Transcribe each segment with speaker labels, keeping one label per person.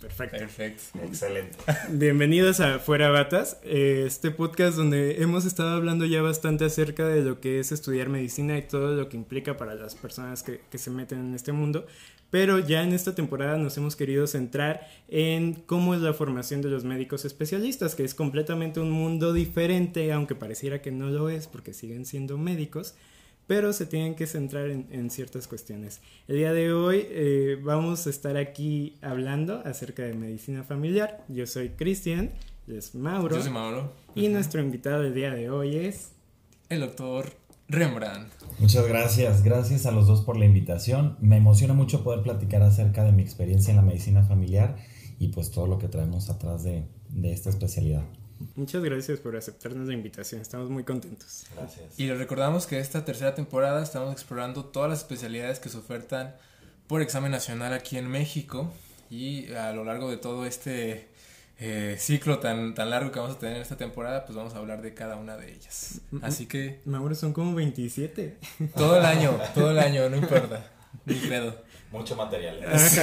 Speaker 1: Perfecto.
Speaker 2: Excelente.
Speaker 1: Bienvenidos a Fuera Batas, este podcast donde hemos estado hablando ya bastante acerca de lo que es estudiar medicina y todo lo que implica para las personas que se meten en este mundo. Pero ya en esta temporada nos hemos querido centrar en cómo es la formación de los médicos especialistas, que es completamente un mundo diferente, aunque pareciera que no lo es porque siguen siendo médicos, pero se tienen que centrar en ciertas cuestiones. El día de hoy vamos a estar aquí hablando acerca de medicina familiar. Yo soy Cristian, él es Mauro.
Speaker 3: Yo soy Mauro.
Speaker 1: Y nuestro invitado del día de hoy es...
Speaker 3: el doctor Rembrandt.
Speaker 2: Muchas gracias a los dos por la invitación. Me emociona mucho poder platicar acerca de mi experiencia en la medicina familiar y pues todo lo que traemos atrás de esta especialidad.
Speaker 1: Muchas gracias por aceptarnos la invitación, estamos muy contentos.
Speaker 2: Gracias.
Speaker 3: Y les recordamos que esta tercera temporada estamos explorando todas las especialidades que se ofertan por examen nacional aquí en México, y a lo largo de todo este ciclo tan largo que vamos a tener en esta temporada, pues vamos a hablar de cada una de ellas. Así que...
Speaker 1: Mauro, son como 27.
Speaker 3: Todo el año, no importa, ni credo.
Speaker 2: Mucho material.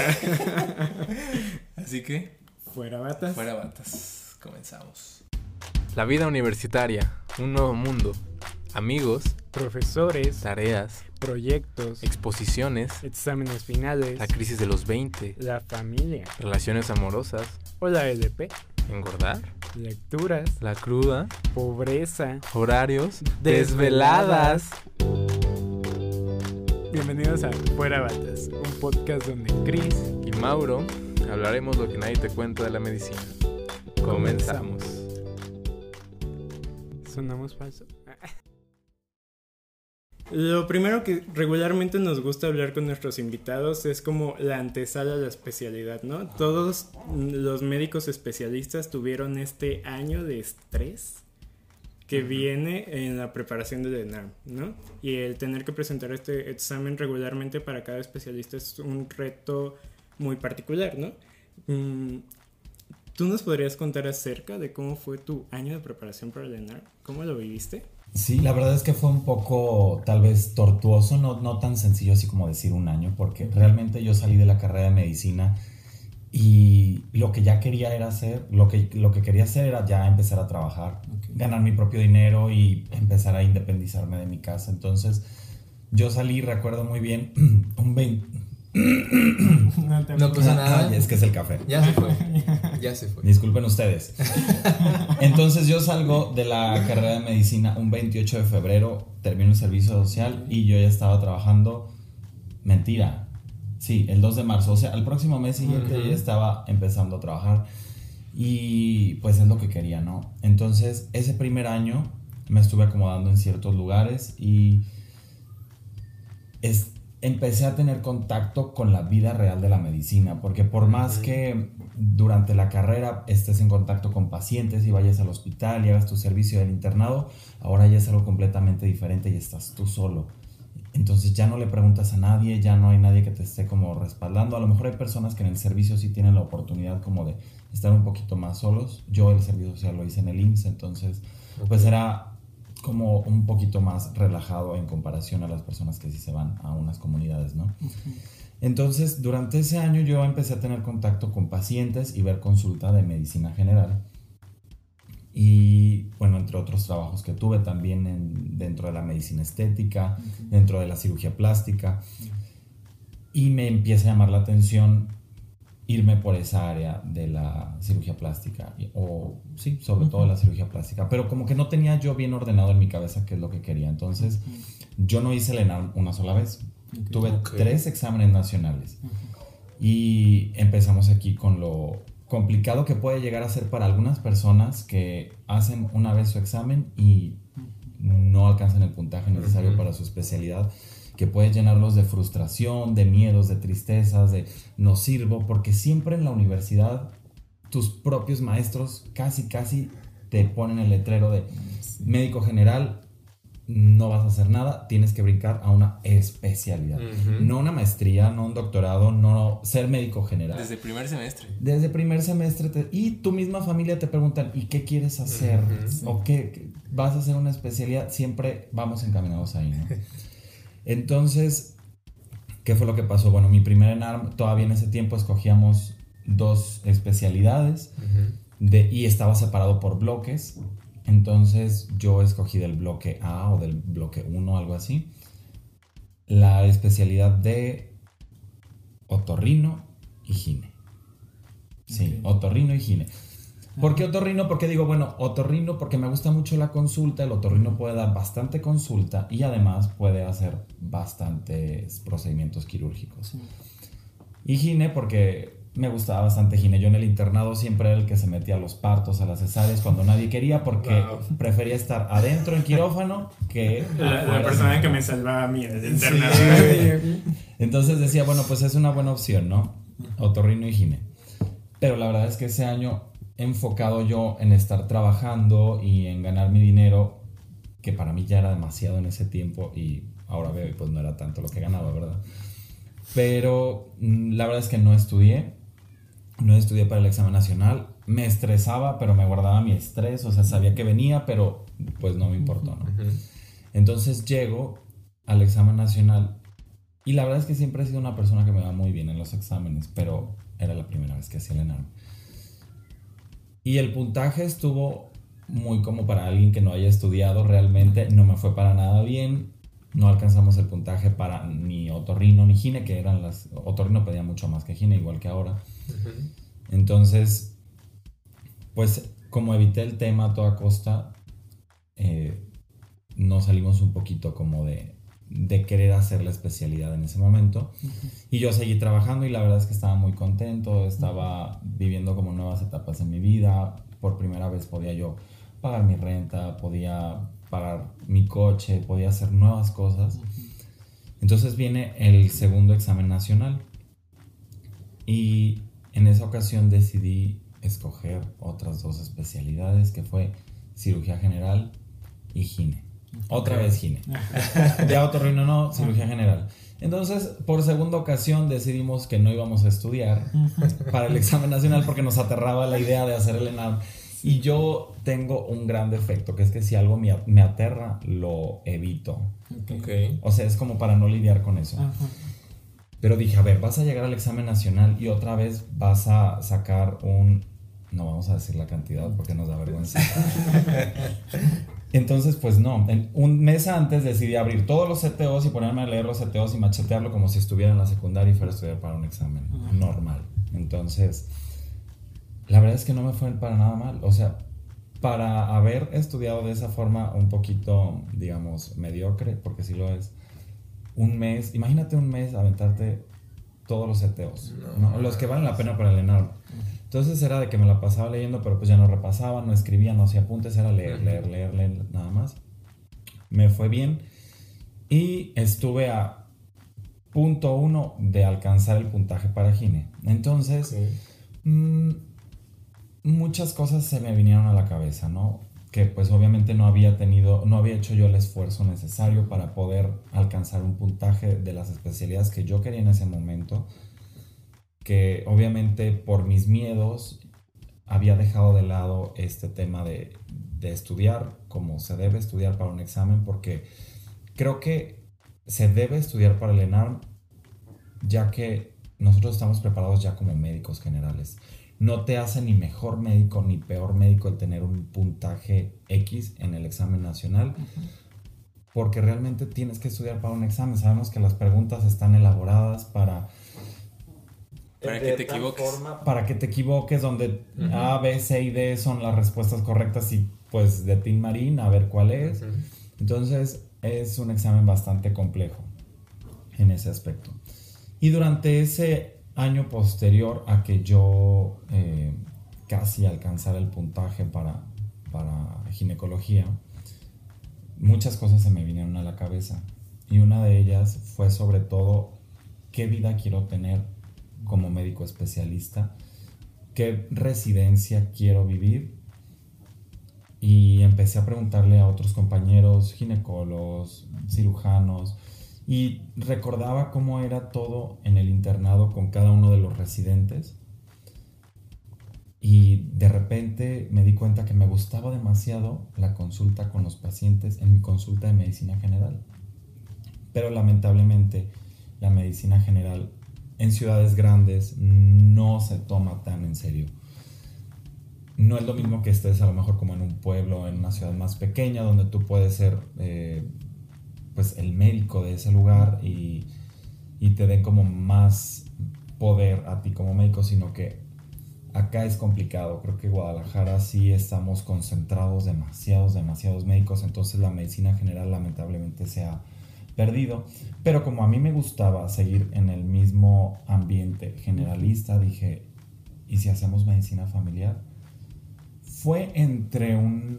Speaker 3: Así que...
Speaker 1: Fuera batas.
Speaker 3: Fuera batas, comenzamos. La vida universitaria, un nuevo mundo, amigos,
Speaker 1: profesores,
Speaker 3: tareas,
Speaker 1: proyectos,
Speaker 3: exposiciones,
Speaker 1: exámenes finales,
Speaker 3: la crisis de los 20,
Speaker 1: la familia,
Speaker 3: relaciones amorosas,
Speaker 1: o la LP,
Speaker 3: engordar,
Speaker 1: lecturas,
Speaker 3: la cruda,
Speaker 1: pobreza,
Speaker 3: horarios, desveladas.
Speaker 1: Bienvenidos a Fuera Batas, un podcast donde Chris
Speaker 3: y Mauro hablaremos lo que nadie te cuenta de la medicina. Comenzamos.
Speaker 1: Sonamos falso. Lo primero que regularmente nos gusta hablar con nuestros invitados es como la antesala a la especialidad, ¿no? Todos los médicos especialistas tuvieron este año de estrés que viene en la preparación del ENARM, ¿no? Y el tener que presentar este examen regularmente para cada especialista es un reto muy particular, ¿no? ¿Tú nos podrías contar acerca de cómo fue tu año de preparación para el ENARM? ¿Cómo lo viviste?
Speaker 2: Sí, la verdad es que fue un poco tal vez tortuoso, no tan sencillo así como decir un año, porque realmente yo salí de la carrera de medicina y lo que ya quería era hacer, lo que quería hacer era ya empezar a trabajar, ganar mi propio dinero y empezar a independizarme de mi casa. Entonces yo salí, recuerdo muy bien, un 20...
Speaker 3: No pasa nada.
Speaker 2: Es que es el café.
Speaker 3: Ya se fue.
Speaker 2: Disculpen ustedes. Entonces yo salgo de la carrera de medicina un 28 de febrero, termino el servicio social y yo ya estaba trabajando. Mentira. Sí, el 2 de marzo. O sea, al próximo mes siguiente yo ya estaba empezando a trabajar. Y pues es lo que quería, ¿no? Entonces ese primer año me estuve acomodando en ciertos lugares y empecé a tener contacto con la vida real de la medicina, porque por más que durante la carrera estés en contacto con pacientes y vayas al hospital y hagas tu servicio del internado, ahora ya es algo completamente diferente y estás tú solo. Entonces ya no le preguntas a nadie, ya no hay nadie que te esté como respaldando. A lo mejor hay personas que en el servicio sí tienen la oportunidad como de estar un poquito más solos. Yo el servicio social lo hice en el IMSS, entonces pues era como un poquito más relajado en comparación a las personas que sí se van a unas comunidades, ¿no? Entonces, durante ese año yo empecé a tener contacto con pacientes y ver consulta de medicina general. Y, bueno, entre otros trabajos que tuve también dentro de la medicina estética, dentro de la cirugía plástica. Y me empieza a llamar la atención irme por esa área de la cirugía plástica, o sí, sobre todo la cirugía plástica, pero como que no tenía yo bien ordenado en mi cabeza qué es lo que quería. Entonces yo no hice el ENARM una sola vez, tuve 3 exámenes nacionales y empezamos aquí con lo complicado que puede llegar a ser para algunas personas que hacen una vez su examen y no alcanzan el puntaje necesario para su especialidad, que puede llenarlos de frustración, de miedos, de tristezas, de no sirvo, porque siempre en la universidad tus propios maestros casi te ponen el letrero de médico general, no vas a hacer nada, tienes que brincar a una especialidad, no una maestría, no un doctorado, no ser médico general.
Speaker 3: Desde primer semestre.
Speaker 2: Desde primer semestre y tu misma familia te preguntan, ¿y qué quieres hacer? ¿O qué vas a hacer una especialidad? Siempre vamos encaminados ahí, ¿no? Entonces, ¿qué fue lo que pasó? Bueno, mi primer ENARM, todavía en ese tiempo escogíamos 2 especialidades y estaba separado por bloques. Entonces yo escogí del bloque A o del bloque 1, algo así, la especialidad de otorrino y gine. Sí, otorrino y gine. ¿Por qué otorrino? Porque digo, bueno, otorrino porque me gusta mucho la consulta, el otorrino puede dar bastante consulta y además puede hacer bastantes procedimientos quirúrgicos. Y gine porque me gustaba bastante gine. Yo en el internado siempre era el que se metía a los partos, a las cesáreas, cuando nadie quería, porque prefería estar adentro en quirófano que
Speaker 1: la persona que me salvaba a mí en el internado.
Speaker 2: Entonces decía, bueno, pues es una buena opción, ¿no? Otorrino y gine. Pero la verdad es que ese año enfocado yo en estar trabajando y en ganar mi dinero, que para mí ya era demasiado en ese tiempo y ahora veo y pues no era tanto lo que ganaba, ¿verdad? Pero la verdad es que no estudié para el examen nacional, me estresaba, pero me guardaba mi estrés, o sea, sabía que venía, pero pues no me importó, ¿no? Entonces llego al examen nacional y la verdad es que siempre he sido una persona que me va muy bien en los exámenes, pero era la primera vez que hacía el ENARM. Y el puntaje estuvo muy como para alguien que no haya estudiado realmente, no me fue para nada bien. No alcanzamos el puntaje para ni otorrino ni gine, que eran las... Otorrino pedía mucho más que gine, igual que ahora. Entonces, pues como evité el tema a toda costa, nos salimos un poquito como de querer hacer la especialidad en ese momento. Y yo seguí trabajando y la verdad es que estaba muy contento, estaba viviendo como nuevas etapas en mi vida. Por primera vez podía yo pagar mi renta, podía pagar mi coche, podía hacer nuevas cosas. Entonces viene el segundo examen nacional y en esa ocasión decidí escoger otras 2 especialidades, que fue cirugía general y gine. Otra vez gine. Ya otorrino no, cirugía general. Entonces, por segunda ocasión decidimos que no íbamos a estudiar para el examen nacional porque nos aterraba la idea de hacer el ENARM. Y yo tengo un gran defecto, que es que si algo me aterra, lo evito. O sea, es como para no lidiar con eso. Pero dije, a ver, vas a llegar al examen nacional y otra vez vas a sacar un... No vamos a decir la cantidad porque nos da vergüenza. Entonces, pues no. Un mes antes decidí abrir todos los CTOs y ponerme a leer los CTOs y machetearlo como si estuviera en la secundaria y fuera a estudiar para un examen normal. Entonces... La verdad es que no me fue para nada mal. O sea, para haber estudiado de esa forma un poquito, digamos, mediocre, porque sí lo es, un mes, imagínate un mes aventarte todos los CTOs, ¿no? Los que valen la pena para el ENARM. Entonces era de que me la pasaba leyendo, pero pues ya no repasaba, no escribía, no hacía apuntes, era leer, nada más. Me fue bien y estuve a punto 1 de alcanzar el puntaje para gine. Entonces... muchas cosas se me vinieron a la cabeza, ¿no? Que pues obviamente no había hecho yo el esfuerzo necesario para poder alcanzar un puntaje de las especialidades que yo quería en ese momento, que obviamente por mis miedos había dejado de lado este tema de estudiar como se debe estudiar para un examen, porque creo que se debe estudiar para el ENARM, ya que nosotros estamos preparados ya como médicos generales. No te hace ni mejor médico ni peor médico el tener un puntaje X en el examen nacional, porque realmente tienes que estudiar para un examen. Sabemos que las preguntas están elaboradas para
Speaker 3: que te equivoques.
Speaker 2: Para que te equivoques, donde A, B, C y D son las respuestas correctas y pues de Tin Marín a ver cuál es. Entonces es un examen bastante complejo en ese aspecto. Y durante ese año posterior a que yo casi alcanzara el puntaje para ginecología, muchas cosas se me vinieron a la cabeza y una de ellas fue sobre todo qué vida quiero tener como médico especialista, qué residencia quiero vivir, y empecé a preguntarle a otros compañeros ginecólogos, cirujanos, y recordaba cómo era todo en el internado con cada uno de los residentes. Y de repente me di cuenta que me gustaba demasiado la consulta con los pacientes en mi consulta de medicina general. Pero lamentablemente la medicina general en ciudades grandes no se toma tan en serio. No es lo mismo que estés a lo mejor como en un pueblo, en una ciudad más pequeña, donde tú puedes ser pues el médico de ese lugar y te den como más poder a ti como médico, sino que acá es complicado. Creo que en Guadalajara sí estamos concentrados demasiados médicos, entonces la medicina general lamentablemente se ha perdido. Pero como a mí me gustaba seguir en el mismo ambiente generalista, dije, ¿y si hacemos medicina familiar? Fue entre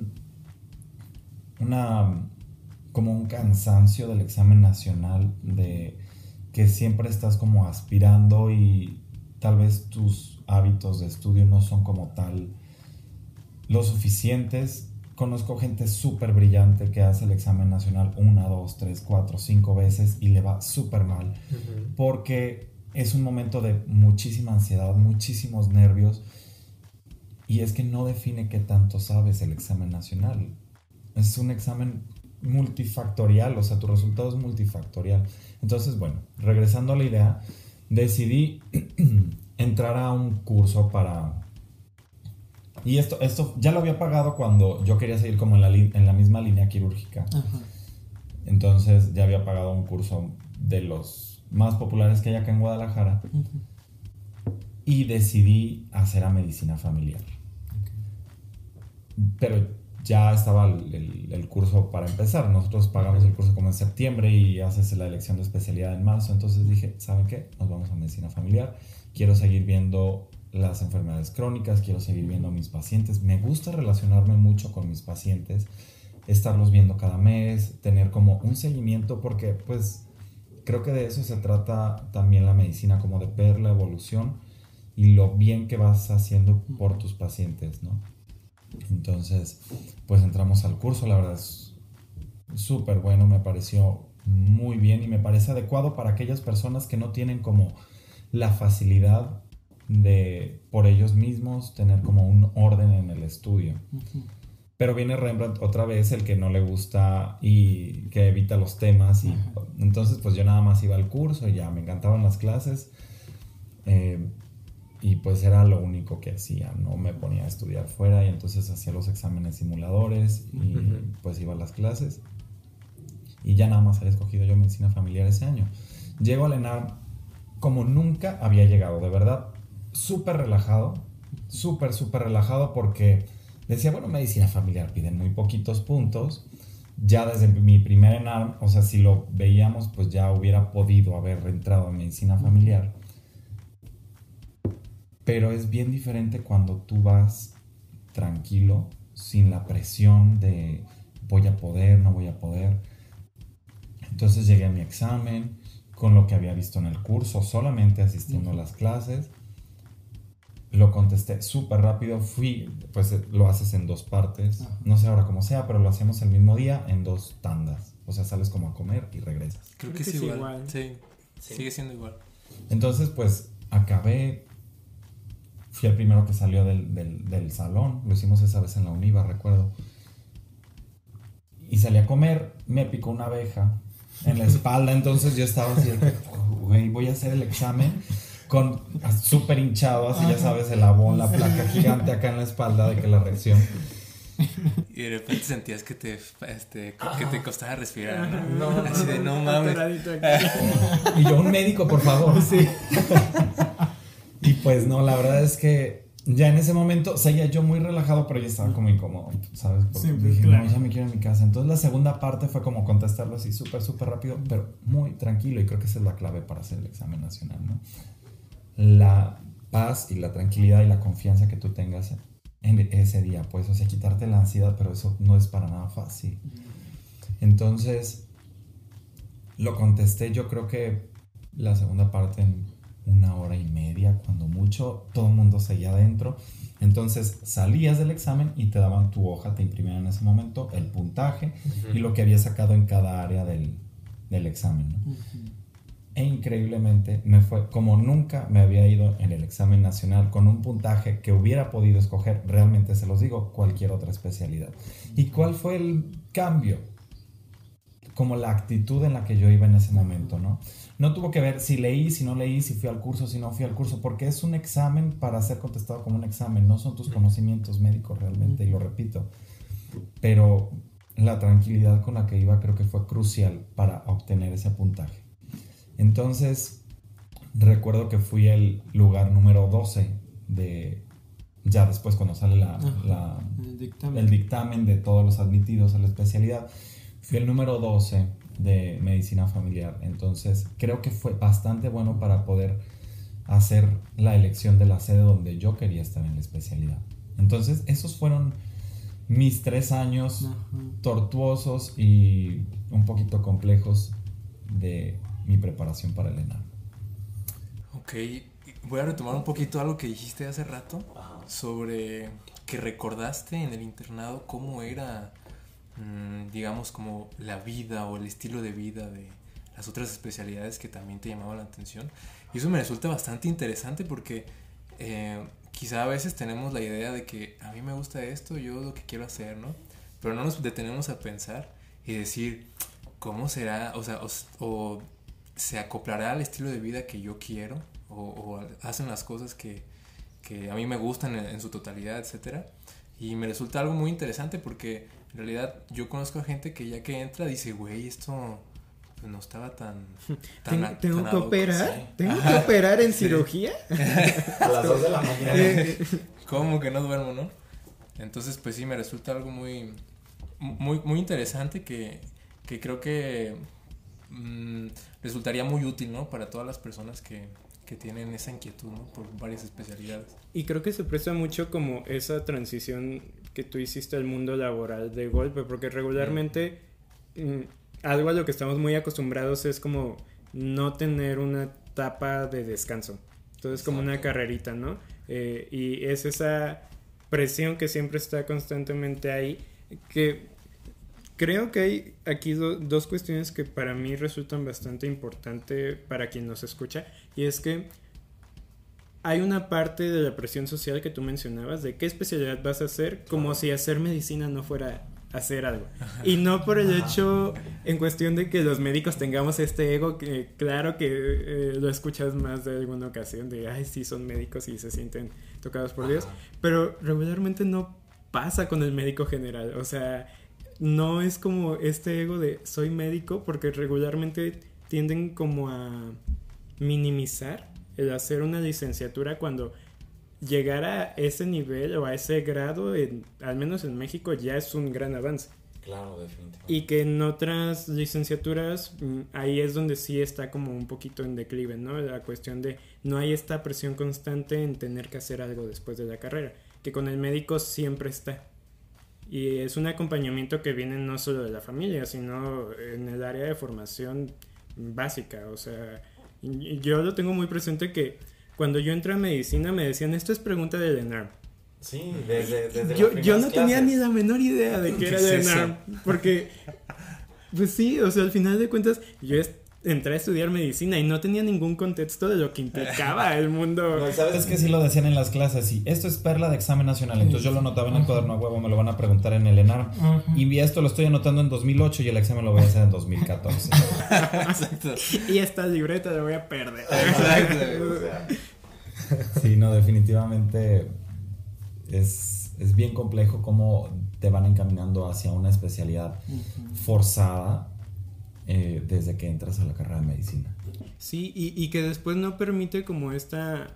Speaker 2: como un cansancio del examen nacional, de que siempre estás como aspirando y tal vez tus hábitos de estudio no son como tal lo suficientes. Conozco gente súper brillante que hace el examen nacional 1, 2, 3, 4, 5 veces y le va súper mal, porque es un momento de muchísima ansiedad, muchísimos nervios, y es que no define qué tanto sabes el examen nacional. Es un examen multifactorial, o sea, tu resultado es multifactorial. Entonces, bueno, regresando a la idea, decidí entrar a un curso para... Y esto ya lo había pagado cuando yo quería seguir como en la misma línea quirúrgica. Ajá. Entonces ya había pagado un curso de los más populares que hay acá en Guadalajara. Y decidí hacer a medicina familiar. Pero ya estaba el curso para empezar. Nosotros pagamos el curso como en septiembre y haces la elección de especialidad en marzo. Entonces dije, ¿saben qué? Nos vamos a medicina familiar. Quiero seguir viendo las enfermedades crónicas, quiero seguir viendo a mis pacientes. Me gusta relacionarme mucho con mis pacientes, estarlos viendo cada mes, tener como un seguimiento, porque pues creo que de eso se trata también la medicina, como de ver la evolución y lo bien que vas haciendo por tus pacientes, ¿no? Entonces, pues entramos al curso. La verdad es súper bueno, me pareció muy bien y me parece adecuado para aquellas personas que no tienen como la facilidad de por ellos mismos tener como un orden en el estudio. Pero viene Rembrandt otra vez, el que no le gusta y que evita los temas, y entonces pues yo nada más iba al curso y ya me encantaban las clases, y pues era lo único que hacía, no me ponía a estudiar fuera, y entonces hacía los exámenes simuladores y pues iba a las clases, y ya nada más había escogido yo medicina familiar ese año. Llego al ENARM como nunca había llegado, de verdad, súper relajado, súper relajado, porque decía, bueno, medicina familiar piden muy poquitos puntos. Ya desde mi primer ENARM, o sea, si lo veíamos, pues ya hubiera podido haber entrado en medicina familiar. Pero es bien diferente cuando tú vas tranquilo, sin la presión de voy a poder, no voy a poder. Entonces llegué a mi examen con lo que había visto en el curso, solamente asistiendo a las clases. Lo contesté súper rápido, pues lo haces en 2 partes, no sé ahora cómo sea, pero lo hacemos el mismo día en 2 tandas. O sea, sales como a comer y regresas.
Speaker 3: Creo que es igual. Sí, sigue siendo igual.
Speaker 2: Entonces, pues acabé, fui el primero que salió del salón, lo hicimos esa vez en la UNIVA, recuerdo. Y salí a comer, me picó una abeja en la espalda, entonces yo estaba así, güey, voy a hacer el examen con súper hinchado, así ya sabes, el abón, la placa gigante acá en la espalda de que la reacción.
Speaker 3: Y de repente sentías que te costaba respirar, ¿no? Así de no mames.
Speaker 2: Y yo, un médico, por favor. Sí. Y pues no, la verdad es que ya en ese momento seguía yo muy relajado, pero ya estaba como incómodo, ¿sabes? Porque dije, claro, no, ya me quiero ir a mi casa. Entonces la segunda parte fue como contestarlo así súper rápido, pero muy tranquilo, y creo que esa es la clave para hacer el examen nacional, ¿no? La paz y la tranquilidad y la confianza que tú tengas en ese día, pues, o sea, quitarte la ansiedad, pero eso no es para nada fácil. Entonces lo contesté, yo creo que la segunda parte en 1 hora y media, cuando mucho. Todo el mundo seguía adentro. Entonces salías del examen y te daban tu hoja, te imprimían en ese momento el puntaje y lo que había sacado en cada área del examen, ¿no? E increíblemente me fue como nunca me había ido en el examen nacional, con un puntaje que hubiera podido escoger, realmente se los digo, cualquier otra especialidad. ¿Y cuál fue el cambio? como la actitud en la que yo iba en ese momento, ¿no? No tuvo que ver si leí, si no leí, si fui al curso, si no fui al curso, porque es un examen para ser contestado como un examen, no son tus conocimientos médicos realmente, y lo repito. Pero la tranquilidad con la que iba creo que fue crucial para obtener ese puntaje. Entonces, recuerdo que fui el lugar número 12 ya después cuando sale el dictamen de todos los admitidos a la especialidad. Fui el número 12 de medicina familiar. Entonces, creo que fue bastante bueno para poder hacer la elección de la sede donde yo quería estar en la especialidad. Entonces, esos fueron mis 3 años tortuosos y un poquito complejos de mi preparación para el ENAM.
Speaker 3: Ok, voy a retomar un poquito algo que dijiste hace rato sobre que recordaste en el internado cómo era, digamos, como la vida o el estilo de vida de las otras especialidades que también te llamaban la atención. Y eso me resulta bastante interesante porque quizá a veces tenemos la idea de que a mí me gusta esto, yo lo que quiero hacer, ¿no? Pero no nos detenemos a pensar y decir cómo será, o sea, o se acoplará al estilo de vida que yo quiero, o hacen las cosas que a mí me gustan en su totalidad, etcétera. Y me resulta algo muy interesante porque en realidad yo conozco a gente que ya que entra dice, güey, esto pues no estaba tan
Speaker 1: ¿Tengo que operar? Sí. ¿Tengo que operar en cirugía?
Speaker 2: A las 2 de la mañana.
Speaker 3: ¿Cómo que no duermo, no? Entonces, pues sí, me resulta algo muy, muy, muy interesante que creo que resultaría muy útil, ¿no? Para todas las personas que tienen esa inquietud, ¿no? Por varias especialidades.
Speaker 1: Y creo que se presta mucho como esa transición que tú hiciste al mundo laboral de golpe, porque regularmente algo a lo que estamos muy acostumbrados es como no tener una etapa de descanso. Entonces como una carrerita, ¿no? Y es esa presión que siempre está constantemente ahí, que creo que hay aquí dos cuestiones que para mí resultan bastante importantes para quien nos escucha, y es que hay una parte de la presión social que tú mencionabas de qué especialidad vas a hacer, como si hacer medicina no fuera hacer algo. Y no por el hecho en cuestión de que los médicos tengamos este ego, que claro que lo escuchas más de alguna ocasión, de ay, sí, son médicos y se sienten tocados por Dios, pero regularmente no pasa con el médico general. O sea, no es como este ego de soy médico, porque regularmente tienden como a minimizar el hacer una licenciatura cuando llegar a ese nivel o a ese grado, al menos en México, ya es un gran avance.
Speaker 2: Claro, definitivamente.
Speaker 1: Y que en otras licenciaturas ahí es donde sí está como un poquito en declive, ¿no? La cuestión de no hay esta presión constante en tener que hacer algo después de la carrera, que con el médico siempre está. Y es un acompañamiento que viene no solo de la familia, sino en el área de formación básica. O sea, yo lo tengo muy presente que cuando yo entré a medicina me decían, esto es pregunta del ENARM.
Speaker 2: Sí, desde
Speaker 1: yo no tenía ni la menor idea de qué era el ENARM, porque pues sí, o sea, al final de cuentas yo entré a estudiar medicina y no tenía ningún contexto de lo que implicaba el mundo.
Speaker 2: No, ¿sabes que sí lo decían en las clases? Sí, esto es perla de examen nacional. Entonces yo lo anotaba en el cuaderno a huevo, me lo van a preguntar en el ENARM. Y esto lo estoy anotando en 2008 y el examen lo voy a hacer en 2014.
Speaker 3: Exacto.
Speaker 1: Y esta libreta la voy a perder.
Speaker 3: Exacto.
Speaker 2: O sea, sí, no, definitivamente es bien complejo cómo te van encaminando hacia una especialidad forzada. Desde que entras a la carrera de medicina.
Speaker 1: Sí, y que después no permite como esta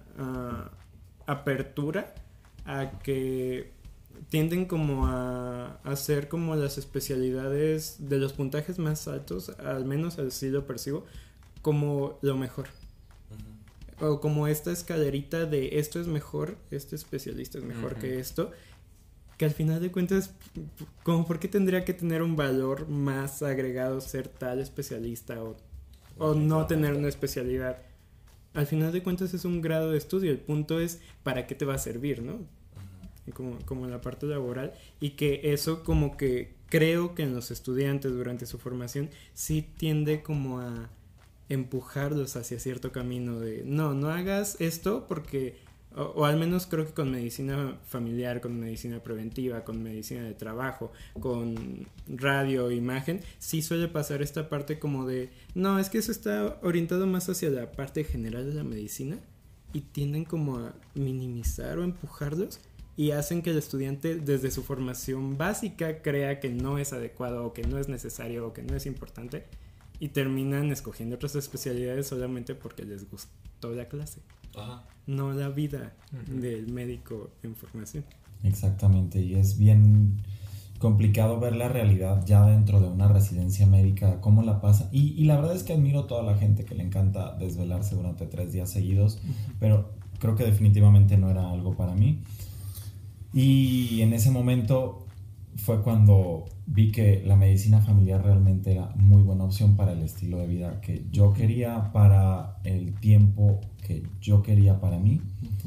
Speaker 1: apertura a que tienden como a hacer como las especialidades de los puntajes más altos, al menos así lo percibo, como lo mejor. O como esta escalerita de esto es mejor, este especialista es mejor que esto, que al final de cuentas, como por qué tendría que tener un valor más agregado ser tal especialista o no tener una especialidad. Al final de cuentas es un grado de estudio, el punto es para qué te va a servir, ¿no? Como en la parte laboral, y que eso como que creo que en los estudiantes durante su formación sí tiende como a empujarlos hacia cierto camino de no hagas esto porque o al menos creo que con medicina familiar, con medicina preventiva, con medicina de trabajo, con radio, imagen, sí suele pasar esta parte como de, no, es que eso está orientado más hacia la parte general de la medicina y tienden como a minimizar o empujarlos y hacen que el estudiante desde su formación básica crea que no es adecuado o que no es necesario o que no es importante y terminan escogiendo otras especialidades solamente porque les gustó la clase.
Speaker 2: Ajá.
Speaker 1: No la vida del médico en formación.
Speaker 2: Exactamente, y es bien complicado ver la realidad ya dentro de una residencia médica, cómo la pasa. Y la verdad es que admiro a toda la gente que le encanta desvelarse durante 3 días seguidos, pero creo que definitivamente no era algo para mí. Y en ese momento fue cuando vi que la medicina familiar realmente era muy buena opción para el estilo de vida que yo quería, para el tiempo que yo quería para mí.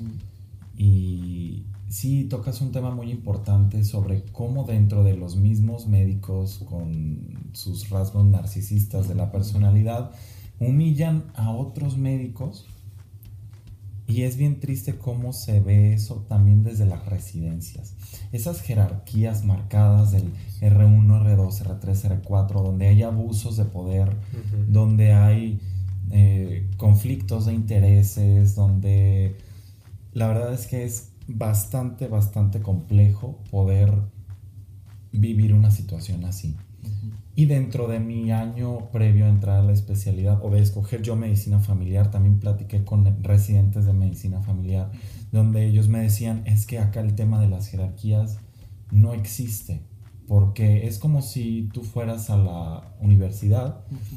Speaker 2: Y sí, tocas un tema muy importante sobre cómo dentro de los mismos médicos con sus rasgos narcisistas de la personalidad humillan a otros médicos. Y es bien triste cómo se ve eso también desde las residencias. Esas jerarquías marcadas del R1, R2, R3, R4, donde hay abusos de poder, donde hay conflictos de intereses, donde la verdad es que es bastante complejo poder vivir una situación así. Y dentro de mi año previo a entrar a la especialidad o de escoger yo medicina familiar, también platiqué con residentes de medicina familiar, donde ellos me decían, es que acá el tema de las jerarquías no existe, porque es como si tú fueras a la universidad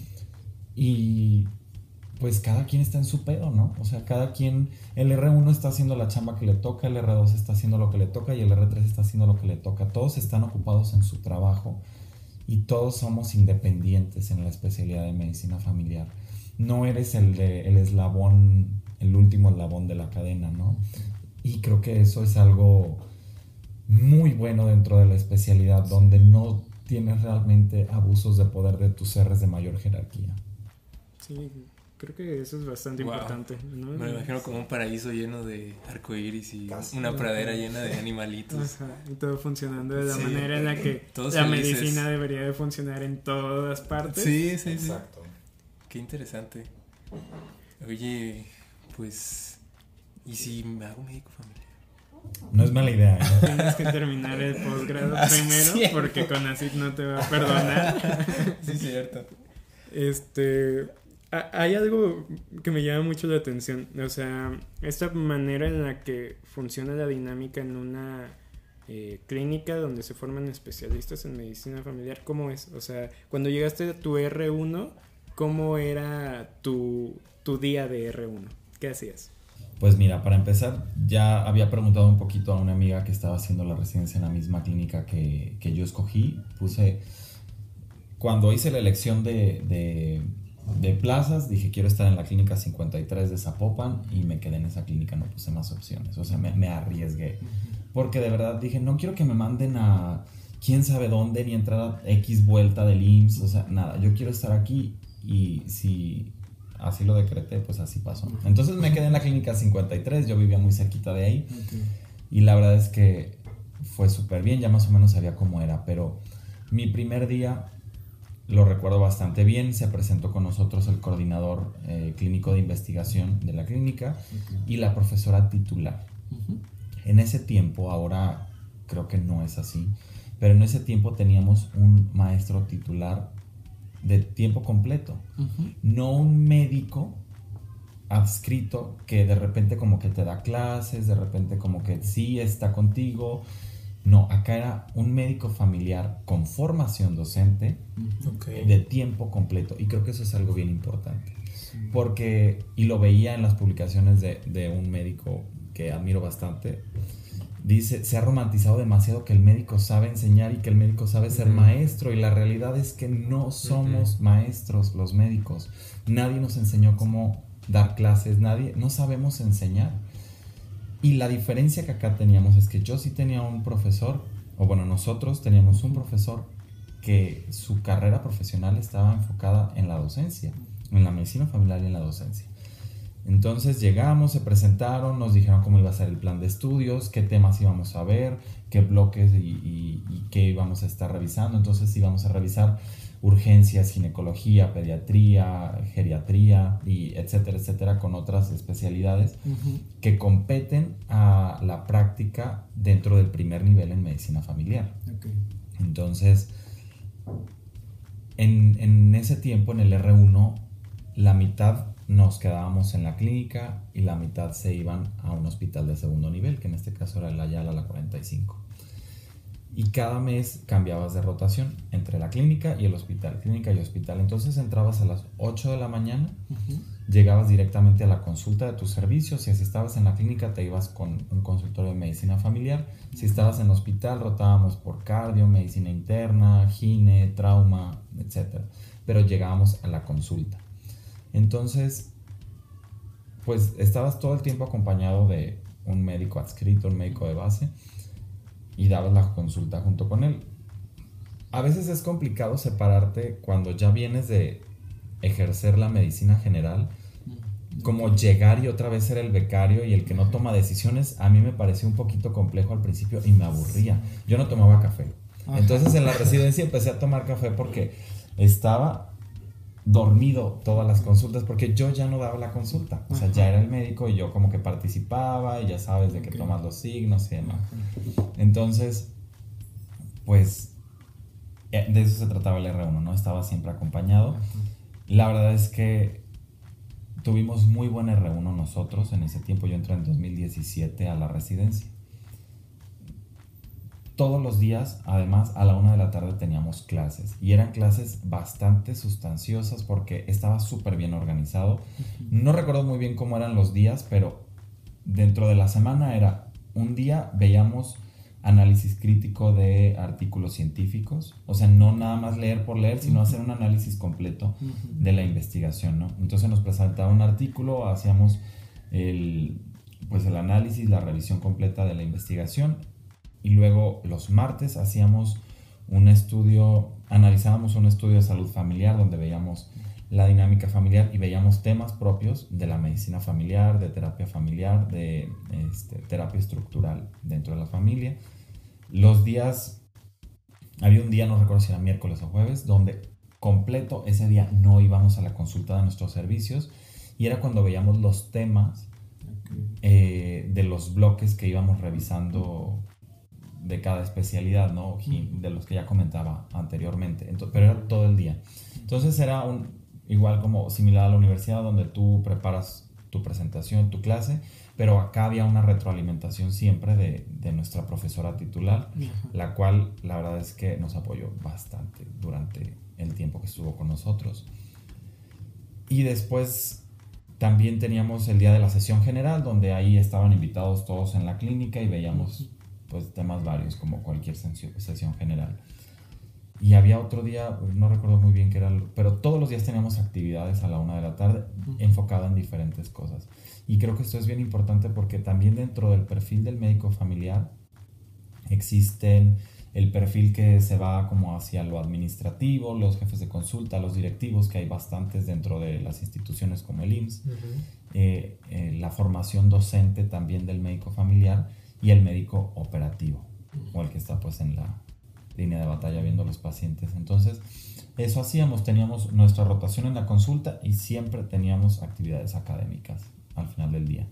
Speaker 2: y pues cada quien está en su pedo, ¿no? O sea, cada quien, el R1 está haciendo la chamba que le toca, el R2 está haciendo lo que le toca y el R3 está haciendo lo que le toca. Todos están ocupados en su trabajo. Y todos somos independientes en la especialidad de medicina familiar. No eres el eslabón, el último eslabón de la cadena, ¿no? Y creo que eso es algo muy bueno dentro de la especialidad, donde no tienes realmente abusos de poder de tus R's de mayor jerarquía.
Speaker 1: Sí, creo que eso es bastante importante, ¿no?
Speaker 3: Me lo imagino como un paraíso lleno de arcoíris y una pradera llena de animalitos.
Speaker 1: Ajá, y todo funcionando de la manera en la que
Speaker 3: todos
Speaker 1: la
Speaker 3: felices.
Speaker 1: medicina debería de funcionar en todas partes.
Speaker 3: Sí.
Speaker 2: Exacto.
Speaker 3: Qué interesante. Oye, pues, ¿y si me hago médico familiar?
Speaker 2: No es mala idea, ¿no?
Speaker 1: Tienes que terminar el posgrado primero porque CONACYT no te va a perdonar.
Speaker 3: Sí, es cierto.
Speaker 1: Hay algo que me llama mucho la atención, o sea, esta manera en la que funciona la dinámica en una clínica donde se forman especialistas en medicina familiar, ¿cómo es? O sea, cuando llegaste a tu R1, ¿cómo era tu día de R1? ¿Qué hacías?
Speaker 2: Pues mira, para empezar, ya había preguntado un poquito a una amiga que estaba haciendo la residencia en la misma clínica que yo escogí. Cuando hice la elección de plazas, dije quiero estar en la clínica 53 de Zapopan y me quedé en esa clínica, no puse más opciones, o sea, me arriesgué. Porque de verdad dije, no quiero que me manden a quién sabe dónde, ni entrar a X vuelta del IMSS, o sea, nada, yo quiero estar aquí y si así lo decreté, pues así pasó. Entonces me quedé en la clínica 53, yo vivía muy cerquita de ahí y la verdad es que fue súper bien, ya más o menos sabía cómo era, pero mi primer día lo recuerdo bastante bien. Se presentó con nosotros el coordinador clínico de investigación de la clínica y la profesora titular. En ese tiempo, ahora creo que no es así, pero en ese tiempo teníamos un maestro titular de tiempo completo, no un médico adscrito que de repente como que te da clases, de repente como que sí está contigo. No, acá era un médico familiar con formación docente de tiempo completo. Y creo que eso es algo bien importante. Porque, y lo veía en las publicaciones de un médico que admiro bastante, dice, se ha romantizado demasiado que el médico sabe enseñar y que el médico sabe ser maestro. Y la realidad es que no somos maestros los médicos. Nadie nos enseñó cómo dar clases, no sabemos enseñar. Y la diferencia que acá teníamos es que yo sí tenía un profesor, o bueno, nosotros teníamos un profesor que su carrera profesional estaba enfocada en la docencia, en la medicina familiar y en la docencia. Entonces llegamos, se presentaron, nos dijeron cómo iba a ser el plan de estudios, qué temas íbamos a ver, qué bloques y qué íbamos a estar revisando. Entonces íbamos a revisar urgencias, ginecología, pediatría, geriatría, y etcétera, etcétera, con otras especialidades que competen a la práctica dentro del primer nivel en medicina familiar.
Speaker 1: Okay.
Speaker 2: Entonces, en ese tiempo, en el R1, la mitad nos quedábamos en la clínica y la mitad se iban a un hospital de segundo nivel, que en este caso era la Ayala, la 45. Y cada mes cambiabas de rotación entre la clínica y el hospital, clínica y hospital. Entonces entrabas a las 8 de la mañana, llegabas directamente a la consulta de tus servicios, y si estabas en la clínica te ibas con un consultorio de medicina familiar. Si estabas en el hospital rotábamos por cardio, medicina interna, gine, trauma, etc. Pero llegábamos a la consulta. Entonces, pues estabas todo el tiempo acompañado de un médico adscrito, un médico de base, y dabas la consulta junto con él. A veces es complicado separarte cuando ya vienes de ejercer la medicina general, como llegar y otra vez ser el becario y el que no toma decisiones. A mí me pareció un poquito complejo al principio y me aburría. Yo no tomaba café. Entonces en la residencia empecé a tomar café porque estaba dormido todas las consultas, porque yo ya no daba la consulta, o sea, ya era el médico y yo como que participaba y ya sabes de que tomas los signos y demás. Entonces, pues de eso se trataba el R1, ¿no? Estaba siempre acompañado. La verdad es que tuvimos muy buen R1 nosotros en ese tiempo. Yo entré en 2017 a la residencia. Todos los días, además, a la 1 de la tarde teníamos clases, y eran clases bastante sustanciosas porque estaba súper bien organizado. No recuerdo muy bien cómo eran los días, pero dentro de la semana era un día veíamos análisis crítico de artículos científicos, o sea, no nada más leer por leer, sino hacer un análisis completo de la investigación, ¿no? Entonces nos presentaba un artículo, hacíamos el análisis, la revisión completa de la investigación. Y luego los martes hacíamos un estudio, analizábamos un estudio de salud familiar donde veíamos la dinámica familiar y veíamos temas propios de la medicina familiar, de terapia familiar, de terapia estructural dentro de la familia. Los días, había un día, no recuerdo si era miércoles o jueves, donde completo ese día no íbamos a la consulta de nuestros servicios, y era cuando veíamos los temas de los bloques que íbamos revisando de cada especialidad, ¿no? De los que ya comentaba anteriormente. Pero era todo el día. Entonces era igual como similar a la universidad, donde tú preparas tu presentación, tu clase, pero acá había una retroalimentación siempre de nuestra profesora titular, la cual la verdad es que nos apoyó bastante durante el tiempo que estuvo con nosotros. Y después también teníamos el día de la sesión general, donde ahí estaban invitados todos en la clínica y veíamos pues temas varios, como cualquier sesión general. Y había otro día, no recuerdo muy bien qué era, pero todos los días teníamos actividades a la 1 de la tarde enfocada en diferentes cosas. Y creo que esto es bien importante porque también dentro del perfil del médico familiar existen el perfil que se va como hacia lo administrativo, los jefes de consulta, los directivos, que hay bastantes dentro de las instituciones como el IMSS, la formación docente también del médico familiar, y el médico operativo, o el que está pues en la línea de batalla viendo los pacientes. Entonces, eso hacíamos, teníamos nuestra rotación en la consulta y siempre teníamos actividades académicas al final del día.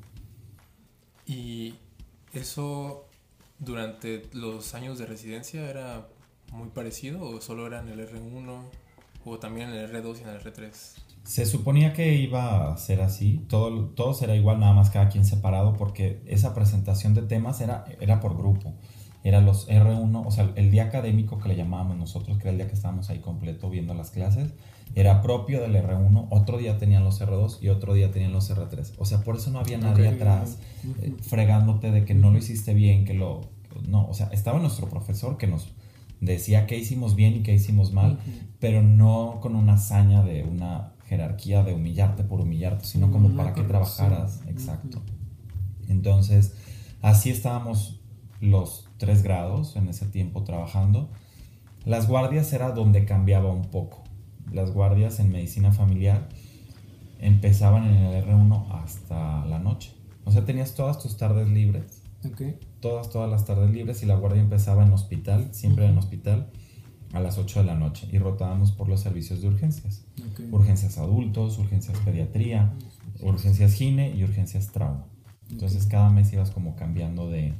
Speaker 3: ¿Y eso durante los años de residencia era muy parecido, o solo era en el R1, o también en el R2 y en el R3?
Speaker 2: Se suponía que iba a ser así, todo será igual, nada más cada quien separado, porque esa presentación de temas era por grupo. Eran los R1, o sea, el día académico que le llamábamos nosotros, que era el día que estábamos ahí completo viendo las clases, era propio del R1, otro día tenían los R2 y otro día tenían los R3. O sea, por eso no había nadie atrás fregándote de que no lo hiciste bien, no, o sea, estaba nuestro profesor que nos decía qué hicimos bien y qué hicimos mal, pero no con una hazaña de una jerarquía de humillarte por humillarte, sino como para que trabajaras. Exacto. Entonces, así estábamos los 3 grados en ese tiempo trabajando. Las guardias era donde cambiaba un poco. Las guardias en medicina familiar empezaban en el R1 hasta la noche. O sea, tenías todas tus tardes libres.
Speaker 1: Okay.
Speaker 2: Todas las tardes libres, y la guardia empezaba en hospital, siempre en hospital, a las 8 de la noche, y rotábamos por los servicios de urgencias.
Speaker 1: Okay.
Speaker 2: Urgencias adultos, urgencias pediatría, urgencias gine y urgencias trauma. Entonces cada mes ibas como cambiando de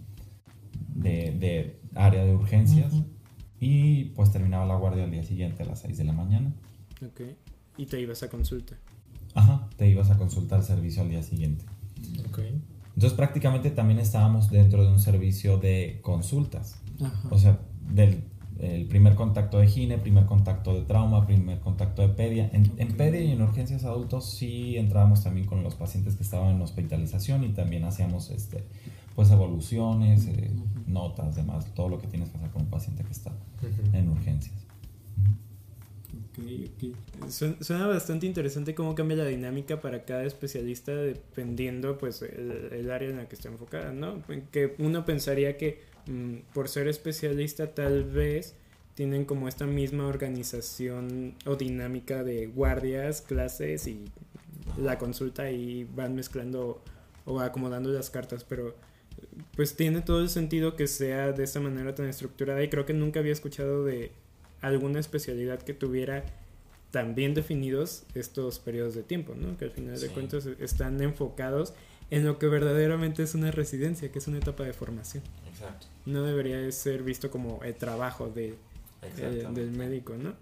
Speaker 2: área de urgencias, y pues terminaba la guardia al día siguiente a las 6 de la mañana.
Speaker 1: Ok, y te ibas a consulta.
Speaker 2: Ajá, te ibas a consultar el servicio al día siguiente.
Speaker 1: Ok.
Speaker 2: Entonces prácticamente también estábamos dentro de un servicio de consultas.
Speaker 1: Ajá.
Speaker 2: O sea, el primer contacto de gine, primer contacto de trauma, primer contacto de pedia. En pedia y en urgencias adultos sí entrábamos también con los pacientes que estaban en hospitalización, y también hacíamos pues evoluciones, notas, demás, todo lo que tienes que hacer con un paciente que está en urgencias.
Speaker 1: Okay. Suena bastante interesante cómo cambia la dinámica para cada especialista dependiendo pues el área en la que está enfocada, ¿no? Que uno pensaría que por ser especialista tal vez tienen como esta misma organización o dinámica de guardias, clases y la consulta, y van mezclando o acomodando las cartas, pero pues tiene todo el sentido que sea de esa manera tan estructurada, y creo que nunca había escuchado de alguna especialidad que tuviera tan bien definidos estos periodos de tiempo, ¿no? Que al final de cuentas están enfocados en lo que verdaderamente es una residencia, que es una etapa de formación.
Speaker 2: Exacto.
Speaker 1: No debería de ser visto como el trabajo del médico, ¿no?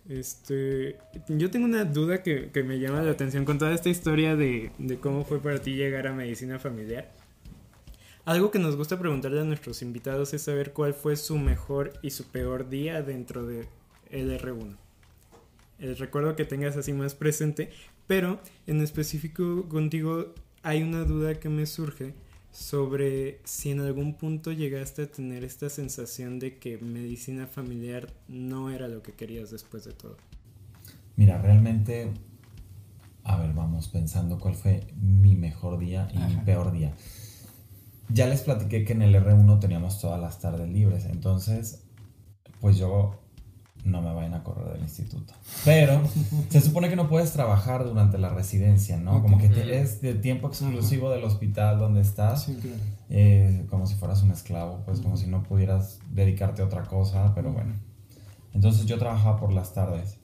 Speaker 1: Yo tengo una duda que me llama la atención con toda esta historia de cómo fue para ti llegar a medicina familiar. Algo que nos gusta preguntarle a nuestros invitados es saber cuál fue su mejor y su peor día dentro de el R1. El recuerdo que tengas así más presente, pero en específico contigo hay una duda que me surge sobre si en algún punto llegaste a tener esta sensación de que medicina familiar no era lo que querías después de todo.
Speaker 2: Mira, realmente, a ver, vamos pensando cuál fue mi mejor día y mi peor día. Ya les platiqué que en el R1 teníamos todas las tardes libres, entonces pues yo no me vayan a correr del instituto. Pero se supone que no puedes trabajar durante la residencia, ¿no? Como que es de tiempo exclusivo del hospital donde estás,
Speaker 1: sí, claro.
Speaker 2: Como si fueras un esclavo, pues como si no pudieras dedicarte a otra cosa, pero bueno. Entonces yo trabajaba por las tardes,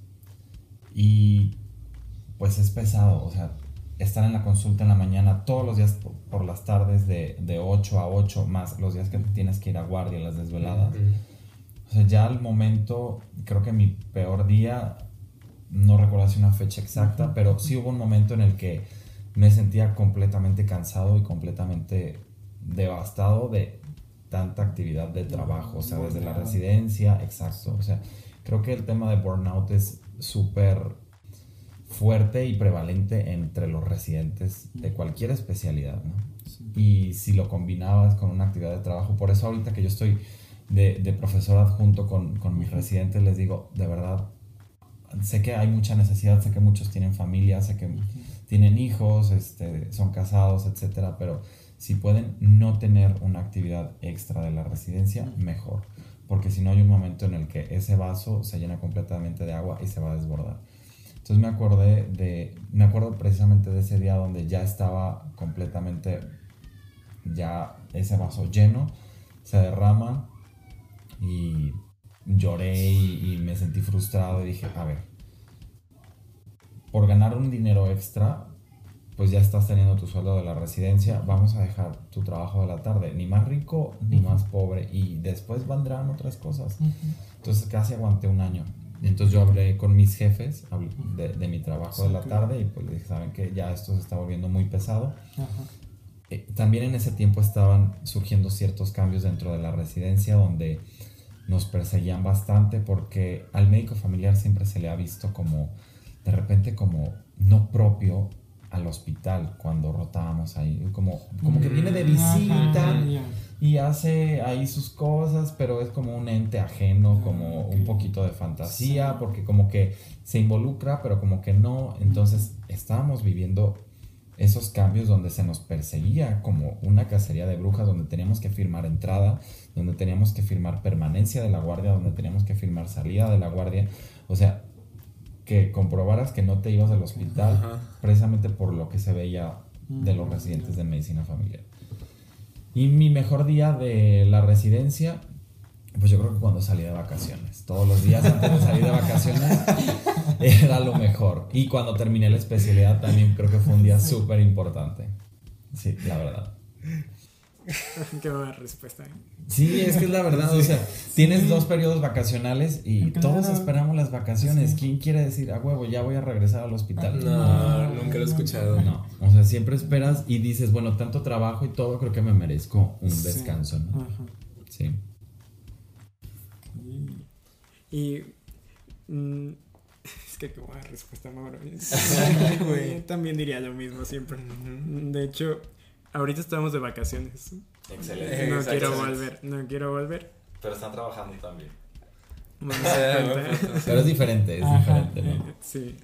Speaker 2: y pues es pesado, o sea, estar en la consulta en la mañana todos los días por las tardes de 8 a 8, más los días que tienes que ir a guardia, las desveladas. O sea, ya al momento, creo que mi peor día, no recuerdo si una fecha exacta, pero sí hubo un momento en el que me sentía completamente cansado y completamente devastado de tanta actividad de trabajo, o sea, desde la residencia, exacto. O sea, creo que el tema de burnout es súper fuerte y prevalente entre los residentes de cualquier especialidad, ¿no? Sí. Y si lo combinabas con una actividad de trabajo, por eso ahorita que yo estoy de profesor adjunto con mis residentes, les digo, de verdad, sé que hay mucha necesidad, sé que muchos tienen familia, sé que tienen hijos, son casados, etcétera, pero si pueden no tener una actividad extra de la residencia, mejor, porque si no hay un momento en el que ese vaso se llena completamente de agua y se va a desbordar. Entonces me acuerdo precisamente de ese día donde ya estaba completamente, ya ese vaso lleno, se derrama, y lloré y me sentí frustrado, y dije, a ver, por ganar un dinero extra, pues ya estás teniendo tu sueldo de la residencia, vamos a dejar tu trabajo de la tarde, ni más rico ni más pobre, y después vendrán otras cosas. Entonces casi aguanté un año. Entonces yo hablé con mis jefes de mi trabajo de la tarde, y pues les dije, saben que ya esto se está volviendo muy pesado. También en ese tiempo estaban surgiendo ciertos cambios dentro de la residencia donde nos perseguían bastante, porque al médico familiar siempre se le ha visto como, de repente, como no propio al hospital cuando rotábamos ahí, como que viene de visita y hace ahí sus cosas, pero es como un ente ajeno, como un poquito de fantasía, porque como que se involucra, pero como que no. Entonces estábamos viviendo esos cambios donde se nos perseguía como una cacería de brujas, donde teníamos que firmar entrada, donde teníamos que firmar permanencia de la guardia, donde teníamos que firmar salida de la guardia. O sea, que comprobaras que no te ibas al hospital, precisamente por lo que se veía de los residentes de medicina familiar. Y mi mejor día de la residencia, pues yo creo que cuando salí de vacaciones. Todos los días antes de salir de vacaciones era lo mejor. Y cuando terminé la especialidad también creo que fue un día súper importante. Sí, la verdad.
Speaker 1: Qué buena respuesta.
Speaker 2: Sí, es que es la verdad, o sea, tienes 2 periodos vacacionales y todos esperamos las vacaciones. ¿Quién quiere decir, a huevo, ya voy a regresar al hospital?
Speaker 3: No, nunca lo he escuchado.
Speaker 2: No, o sea, siempre esperas y dices, bueno, tanto trabajo y todo, creo que me merezco un descanso, ¿no?
Speaker 1: Ajá.
Speaker 2: Sí.
Speaker 1: Y es que qué buena respuesta, Mauro. Yo también diría lo mismo siempre. De hecho, ahorita estamos de vacaciones.
Speaker 2: Excelente.
Speaker 1: No quiero volver.
Speaker 2: Pero están trabajando también.
Speaker 1: Pero
Speaker 2: es diferente, ¿no?
Speaker 1: Sí.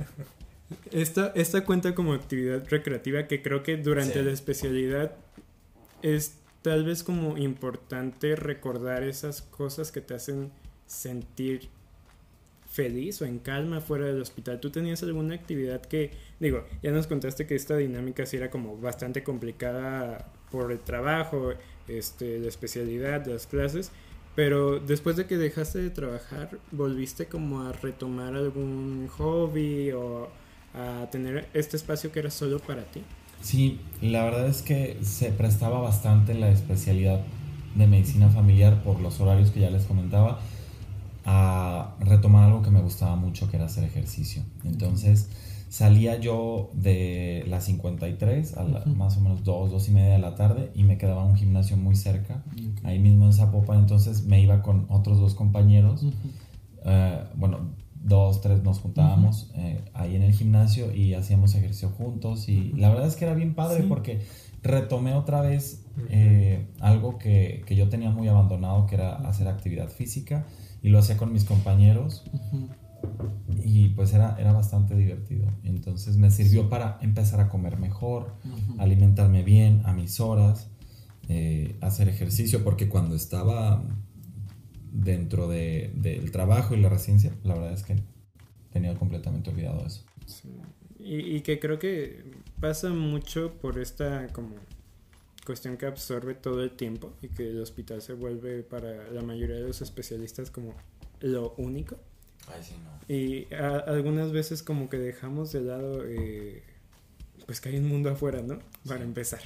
Speaker 1: Esta cuenta como actividad recreativa que creo que durante la especialidad es tal vez como importante recordar esas cosas que te hacen sentir feliz o en calma fuera del hospital. ¿Tú tenías alguna actividad que, digo, ya nos contaste que esta dinámica sí era como bastante complicada por el trabajo, la especialidad, las clases, pero después de que dejaste de trabajar, ¿volviste como a retomar algún hobby o a tener este espacio que era solo para ti?
Speaker 2: Sí, la verdad es que se prestaba bastante la especialidad de medicina familiar por los horarios que ya les comentaba a retomar algo que me gustaba mucho, que era hacer ejercicio. Entonces salía yo de las 53 a más o menos 2:30 de la tarde y me quedaba un gimnasio muy cerca, ahí mismo en Zapopan. Entonces me iba con otros 2 compañeros, bueno, 2, 3 nos juntábamos ahí en el gimnasio y hacíamos ejercicio juntos y la verdad es que era bien padre porque retomé otra vez algo que yo tenía muy abandonado, que era hacer actividad física, y lo hacía con mis compañeros y pues era bastante divertido. Entonces me sirvió para empezar a comer mejor, alimentarme bien a mis horas, hacer ejercicio, porque cuando estaba dentro del trabajo y la residencia, la verdad es que tenía completamente olvidado eso.
Speaker 1: Sí. Y que creo que pasa mucho por esta como cuestión que absorbe todo el tiempo y que el hospital se vuelve para la mayoría de los especialistas como lo único.
Speaker 2: Ay, sí, no.
Speaker 1: Y algunas veces como que dejamos de lado pues que hay un mundo afuera, ¿no? Para empezar.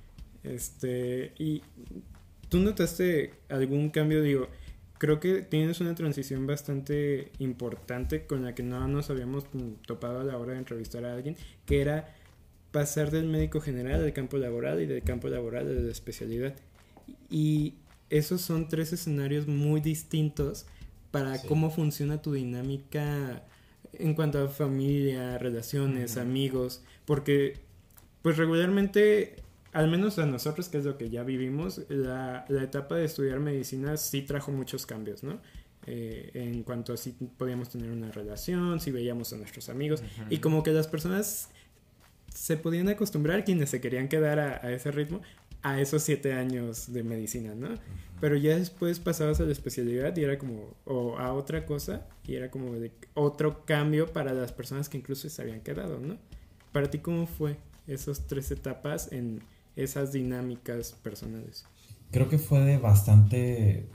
Speaker 1: Y ¿tú notaste algún cambio? Digo, creo que tienes una transición bastante importante con la que no nos habíamos topado a la hora de entrevistar a alguien, que era pasar del médico general al campo laboral y del campo laboral a la especialidad. Y esos son 3 escenarios muy distintos para cómo funciona tu dinámica en cuanto a familia, relaciones, amigos, porque pues regularmente, al menos a nosotros, que es lo que ya vivimos, la etapa de estudiar medicina sí trajo muchos cambios, ¿no? En cuanto a si podíamos tener una relación, si veíamos a nuestros amigos, y como que las personas se podían acostumbrar, quienes se querían quedar a ese ritmo, a esos 7 años de medicina, ¿no? Pero ya después pasabas a la especialidad y era como, o a otra cosa, y era como de otro cambio para las personas que incluso se habían quedado, ¿no? Para ti, ¿cómo fue esas 3 etapas en esas dinámicas personales?
Speaker 2: Creo que fue de bastante...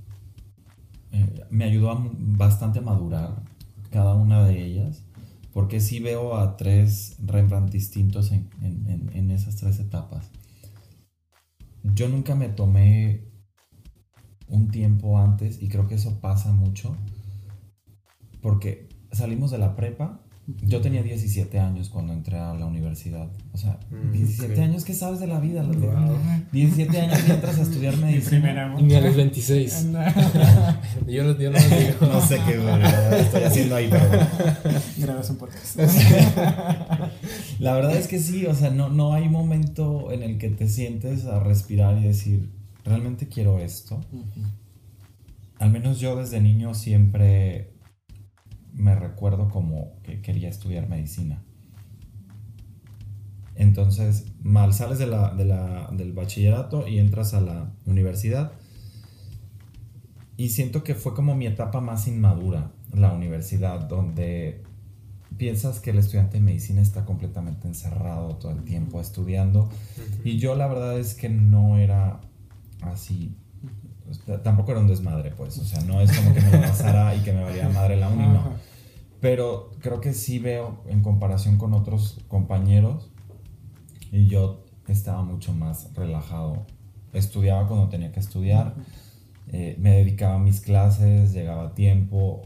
Speaker 2: me ayudó bastante a madurar cada una de ellas, porque sí veo a 3 Rembrandt distintos en esas 3 etapas. Yo nunca me tomé un tiempo antes, y creo que eso pasa mucho, porque salimos de la prepa. Yo tenía 17 años cuando entré a la universidad. O sea, 17 años, ¿qué sabes de la vida? Wow. 17 años y entras a estudiar medicina.
Speaker 3: Y a los 26. Yo no digo.
Speaker 2: No sé qué estoy haciendo ahí, pero...
Speaker 1: Grabas un podcast.
Speaker 2: La verdad es que sí, o sea, no hay momento en el que te sientes a respirar y decir, ¿realmente quiero esto? Al menos yo desde niño siempre... me recuerdo como que quería estudiar medicina. Entonces, sales del bachillerato y entras a la universidad. Y siento que fue como mi etapa más inmadura, la universidad, donde piensas que el estudiante de medicina está completamente encerrado todo el tiempo estudiando, y yo la verdad es que no era así. Tampoco era un desmadre, pues, o sea, no es como que me lo pasara y que me valiera madre la uni, no. Pero creo que sí veo en comparación con otros compañeros, y yo estaba mucho más relajado. Estudiaba cuando tenía que estudiar, me dedicaba a mis clases, llegaba a tiempo,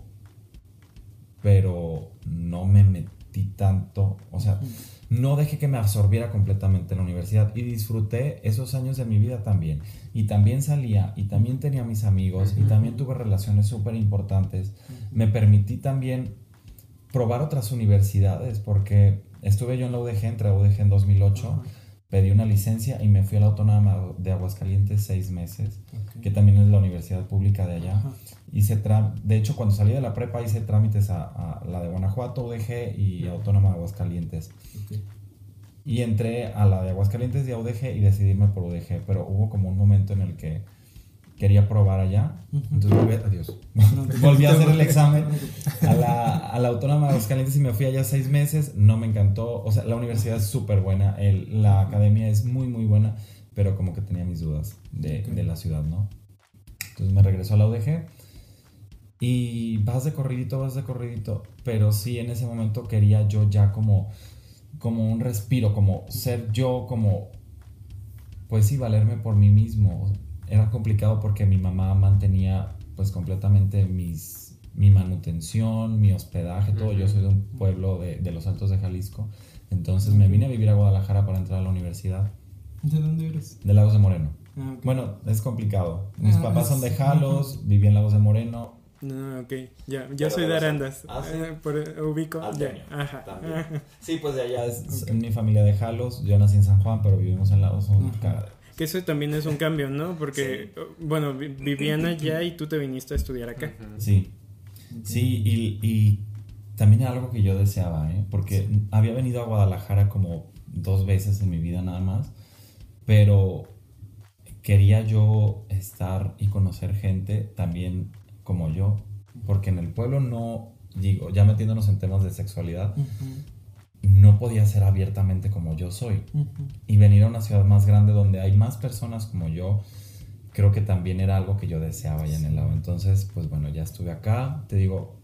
Speaker 2: pero no me metí tanto, o sea, no dejé que me absorbiera completamente la universidad, y disfruté esos años de mi vida también, y también salía, y también tenía mis amigos, y también tuve relaciones súper importantes. Me permití también probar otras universidades, porque estuve yo en la UDG, entré a UDG en 2008, pedí una licencia y me fui a la Autónoma de Aguascalientes 6 meses, que también es la universidad pública de allá. De hecho, cuando salí de la prepa hice trámites a la de Guanajuato, UDG y Autónoma de Aguascalientes. Y entré a la de Aguascalientes y a UDG y decidí irme por UDG, pero hubo como un momento en el que quería probar allá, entonces volví a hacer el examen a la Autónoma de Aguascalientes y me fui allá 6 meses. No me encantó, o sea, la universidad es súper buena, la academia es muy muy buena, pero como que tenía mis dudas de la ciudad, ¿no? Entonces me regresó a la UDG y vas de corridito, pero sí, en ese momento quería yo ya como un respiro, como ser yo, como pues sí, valerme por mí mismo. Era complicado porque mi mamá mantenía pues completamente mi manutención, mi hospedaje, todo. Yo soy de un pueblo de los Altos de Jalisco, entonces me vine a vivir a Guadalajara para entrar a la universidad.
Speaker 1: ¿De dónde eres?
Speaker 2: De Lagos de Moreno.
Speaker 1: Okay.
Speaker 2: Bueno, es complicado. Mis papás son de Jalos, viví en Lagos de Moreno.
Speaker 1: No, ok, yo soy de Arandas.
Speaker 2: ¿Sí?
Speaker 1: Ubico.
Speaker 2: Ya.
Speaker 1: Ajá.
Speaker 2: También. Sí, pues de allá es mi familia de Jalos. Yo nací en San Juan, pero vivimos en Lagos.
Speaker 1: Que eso también es un cambio, ¿no? Porque, bueno, vivían allá y tú te viniste a estudiar acá.
Speaker 2: Sí, y también era algo que yo deseaba, porque había venido a Guadalajara como 2 veces en mi vida nada más, pero quería yo estar y conocer gente también como yo, porque en el pueblo no, digo, ya metiéndonos en temas de sexualidad, no podía ser abiertamente como yo soy. Y venir a una ciudad más grande donde hay más personas como yo, creo que también era algo que yo deseaba ya en el lado. Entonces, pues bueno, ya estuve acá. Te digo,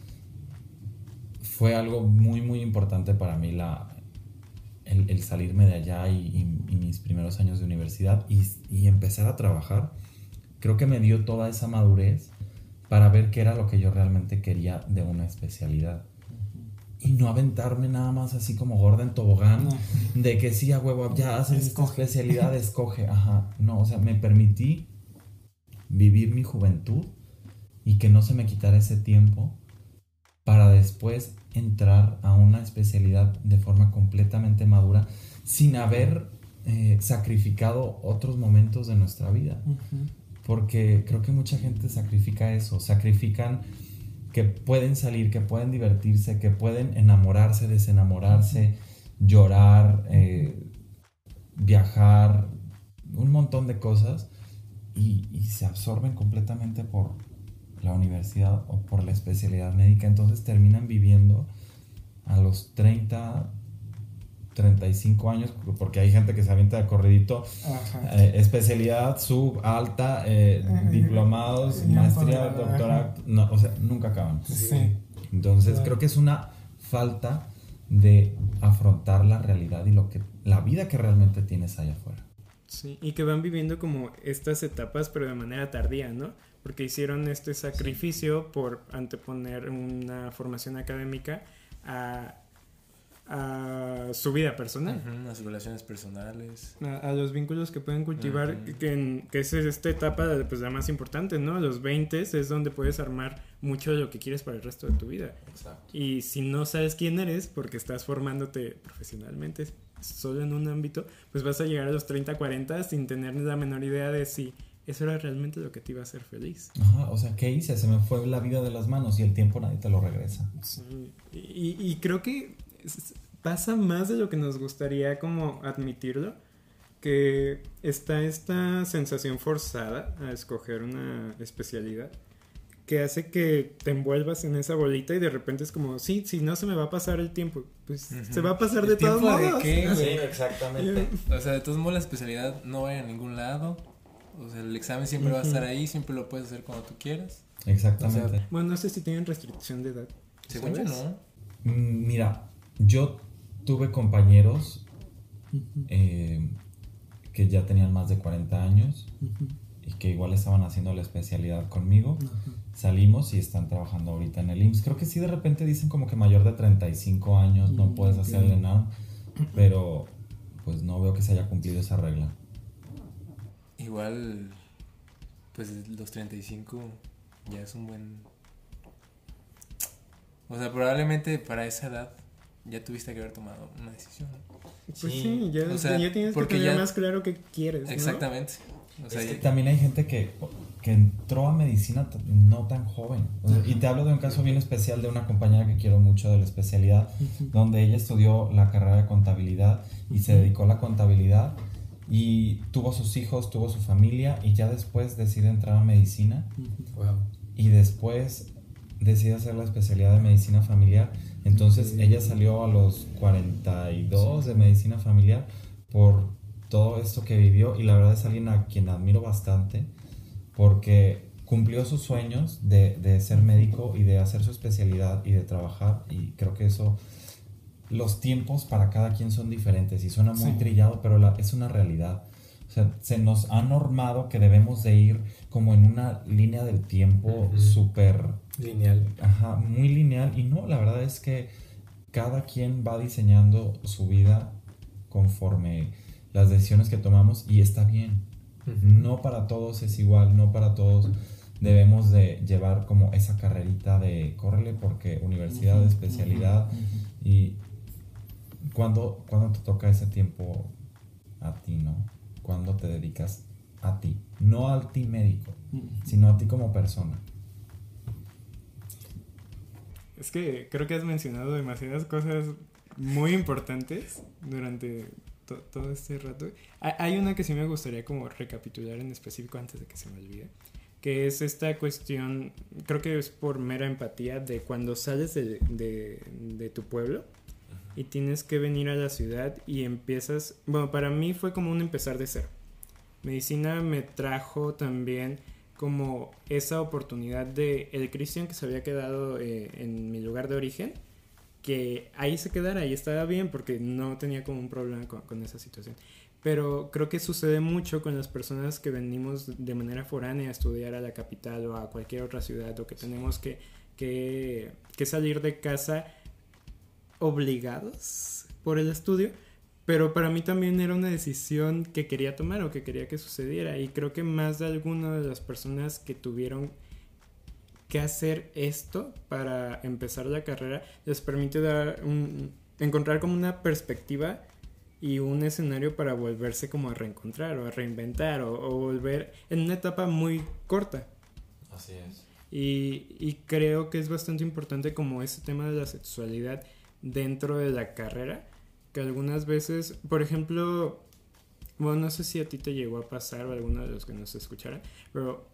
Speaker 2: fue algo muy, muy importante para mí el salirme de allá y mis primeros años de universidad y empezar a trabajar. Creo que me dio toda esa madurez para ver qué era lo que yo realmente quería de una especialidad. Y no aventarme nada más así como gorda en tobogán, de que sí, a huevo, ya haces esta especialidad, escoge. No, o sea, me permití vivir mi juventud y que no se me quitara ese tiempo para después entrar a una especialidad de forma completamente madura, sin haber sacrificado otros momentos de nuestra vida. Porque creo que mucha gente sacrifica eso, sacrifican que pueden salir, que pueden divertirse, que pueden enamorarse, desenamorarse, llorar, viajar, un montón de cosas, y se absorben completamente por la universidad o por la especialidad médica. Entonces terminan viviendo a los 35 años, porque hay gente que se avienta de corridito, especialidad, sub, alta, diplomados, maestría, doctorado, no, o sea, nunca acaban.
Speaker 1: Sí.
Speaker 2: Entonces creo que es una falta de afrontar la realidad y la vida que realmente tienes allá afuera.
Speaker 1: Sí, y que van viviendo como estas etapas, pero de manera tardía, ¿no? Porque hicieron este sacrificio por anteponer una formación académica a su vida personal,
Speaker 3: a sus relaciones personales,
Speaker 1: a los vínculos que pueden cultivar, que es esta etapa pues la más importante, ¿no? Los 20 es donde puedes armar mucho de lo que quieres para el resto de tu vida.
Speaker 3: Exacto.
Speaker 1: Y si no sabes quién eres porque estás formándote profesionalmente solo en un ámbito, pues vas a llegar a los 30, 40 sin tener la menor idea de si eso era realmente lo que te iba a hacer feliz.
Speaker 2: O sea, ¿qué hice? Se me fue la vida de las manos y el tiempo nadie te lo regresa.
Speaker 1: Sí. Y creo que pasa más de lo que nos gustaría como admitirlo, que está esta sensación forzada a escoger una especialidad que hace que te envuelvas en esa bolita y de repente es como, sí, si no se me va a pasar el tiempo, pues se va a pasar de todos modos.
Speaker 3: ¿De qué,
Speaker 2: Sí, exactamente.
Speaker 3: O sea, de todos modos la especialidad no va a ir a ningún lado. O sea, el examen siempre va a estar ahí, siempre lo puedes hacer cuando tú quieras.
Speaker 2: Exactamente.
Speaker 3: O sea,
Speaker 1: Bueno, no sé si tienen restricción de edad.
Speaker 3: según yo,
Speaker 1: ¿sabes?
Speaker 3: ¿no?
Speaker 2: Mira, yo tuve compañeros que ya tenían más de 40 años y que igual estaban haciendo la especialidad conmigo. Salimos y están trabajando ahorita en el IMSS. Creo que sí, de repente dicen como que mayor de 35 años no puedes hacer el ENAM, pero pues no veo que se haya cumplido esa regla.
Speaker 3: Igual, pues los 35 ya es un buen... O sea, probablemente para esa edad ya tuviste que haber tomado una decisión, ¿no?
Speaker 1: Pues sí, ya,
Speaker 3: o sea,
Speaker 1: ya tienes que
Speaker 3: porque
Speaker 1: tener
Speaker 3: ya-
Speaker 1: más claro qué quieres, ¿no?
Speaker 3: Exactamente. O sea,
Speaker 2: Es que
Speaker 3: ya-
Speaker 2: también hay gente que entró a medicina no tan joven. O sea, y te hablo de un caso bien especial de una compañera que quiero mucho de la especialidad, donde ella estudió la carrera de contabilidad y se dedicó a la contabilidad y tuvo sus hijos, tuvo su familia y ya después decide entrar a medicina
Speaker 4: Wow.
Speaker 2: y después decide hacer la especialidad de medicina familiar. Entonces ella salió a los 42 de medicina familiar por todo esto que vivió y la verdad es alguien a quien admiro bastante porque cumplió sus sueños de ser médico y de hacer su especialidad y de trabajar, y creo que eso, los tiempos para cada quien son diferentes y suena muy trillado, pero es una realidad. O sea, se nos ha normado que debemos de ir como en una línea del tiempo súper...
Speaker 4: Lineal.
Speaker 2: Ajá, muy lineal, y no, la verdad es que cada quien va diseñando su vida conforme las decisiones que tomamos y está bien. No para todos es igual, no para todos debemos de llevar como esa carrerita de córrele porque universidad, especialidad, y cuando te toca ese tiempo a ti, ¿no? Cuando te dedicas a ti, no al ti médico, sino a ti como persona.
Speaker 1: Es que creo que has mencionado demasiadas cosas muy importantes durante todo este rato. Hay una que sí me gustaría como recapitular en específico antes de que se me olvide, que es esta cuestión, creo que es por mera empatía, de cuando sales de tu pueblo y tienes que venir a la ciudad y empiezas, bueno, para mí fue como un empezar de cero. Medicina me trajo también como esa oportunidad de el Cristian que se había quedado en mi lugar de origen, que ahí se quedara y estaba bien porque no tenía como un problema con esa situación. Pero creo que sucede mucho con las personas que venimos de manera foránea a estudiar a la capital o a cualquier otra ciudad, o que tenemos que salir de casa obligados por el estudio. Pero para mí también era una decisión que quería tomar o que quería que sucediera. Y creo que más de alguna de las personas que tuvieron que hacer esto para empezar la carrera les permite encontrar como una perspectiva y un escenario para volverse como a reencontrar o a reinventar o volver en una etapa muy corta.
Speaker 2: Así es.
Speaker 1: Y creo que es bastante importante como ese tema de la sexualidad dentro de la carrera, que algunas veces, por ejemplo, bueno, no sé si a ti te llegó a pasar o a alguno de los que nos escucharan, pero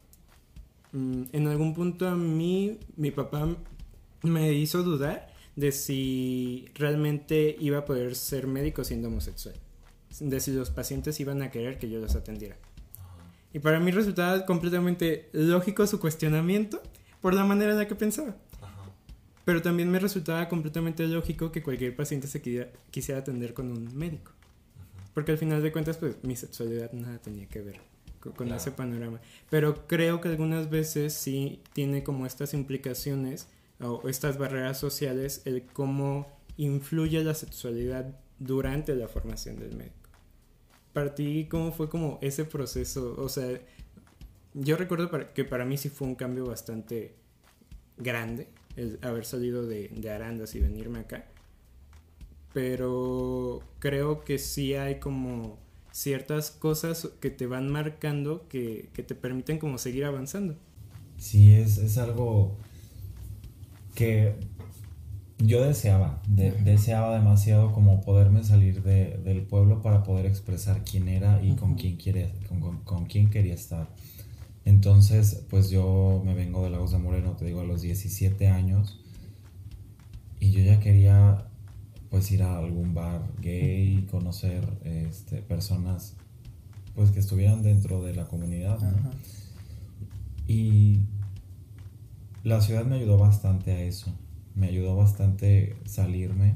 Speaker 1: en algún punto a mí, mi papá me hizo dudar de si realmente iba a poder ser médico siendo homosexual, de si los pacientes iban a querer que yo los atendiera. Y para mí resultaba completamente lógico su cuestionamiento por la manera en la que pensaba. Pero también me resultaba completamente lógico que cualquier paciente se quisiera atender con un médico. Porque al final de cuentas, pues mi sexualidad nada tenía que ver con ese panorama. Pero creo que algunas veces sí tiene como estas implicaciones o estas barreras sociales, el cómo influye la sexualidad durante la formación del médico. Para ti, ¿cómo fue como ese proceso? O sea, yo recuerdo que para mí sí fue un cambio bastante grande el haber salido de Arandas y venirme acá, pero creo que sí hay como ciertas cosas que te van marcando que te permiten como seguir avanzando.
Speaker 2: Sí, es algo que yo deseaba demasiado, como poderme salir del pueblo para poder expresar quién era y con quién quería estar. Entonces, pues yo me vengo de Lagos de Moreno, te digo, a los 17 años, y yo ya quería pues ir a algún bar gay, conocer personas pues que estuvieran dentro de la comunidad, ¿no? Y la ciudad me ayudó bastante a eso, me ayudó bastante salirme,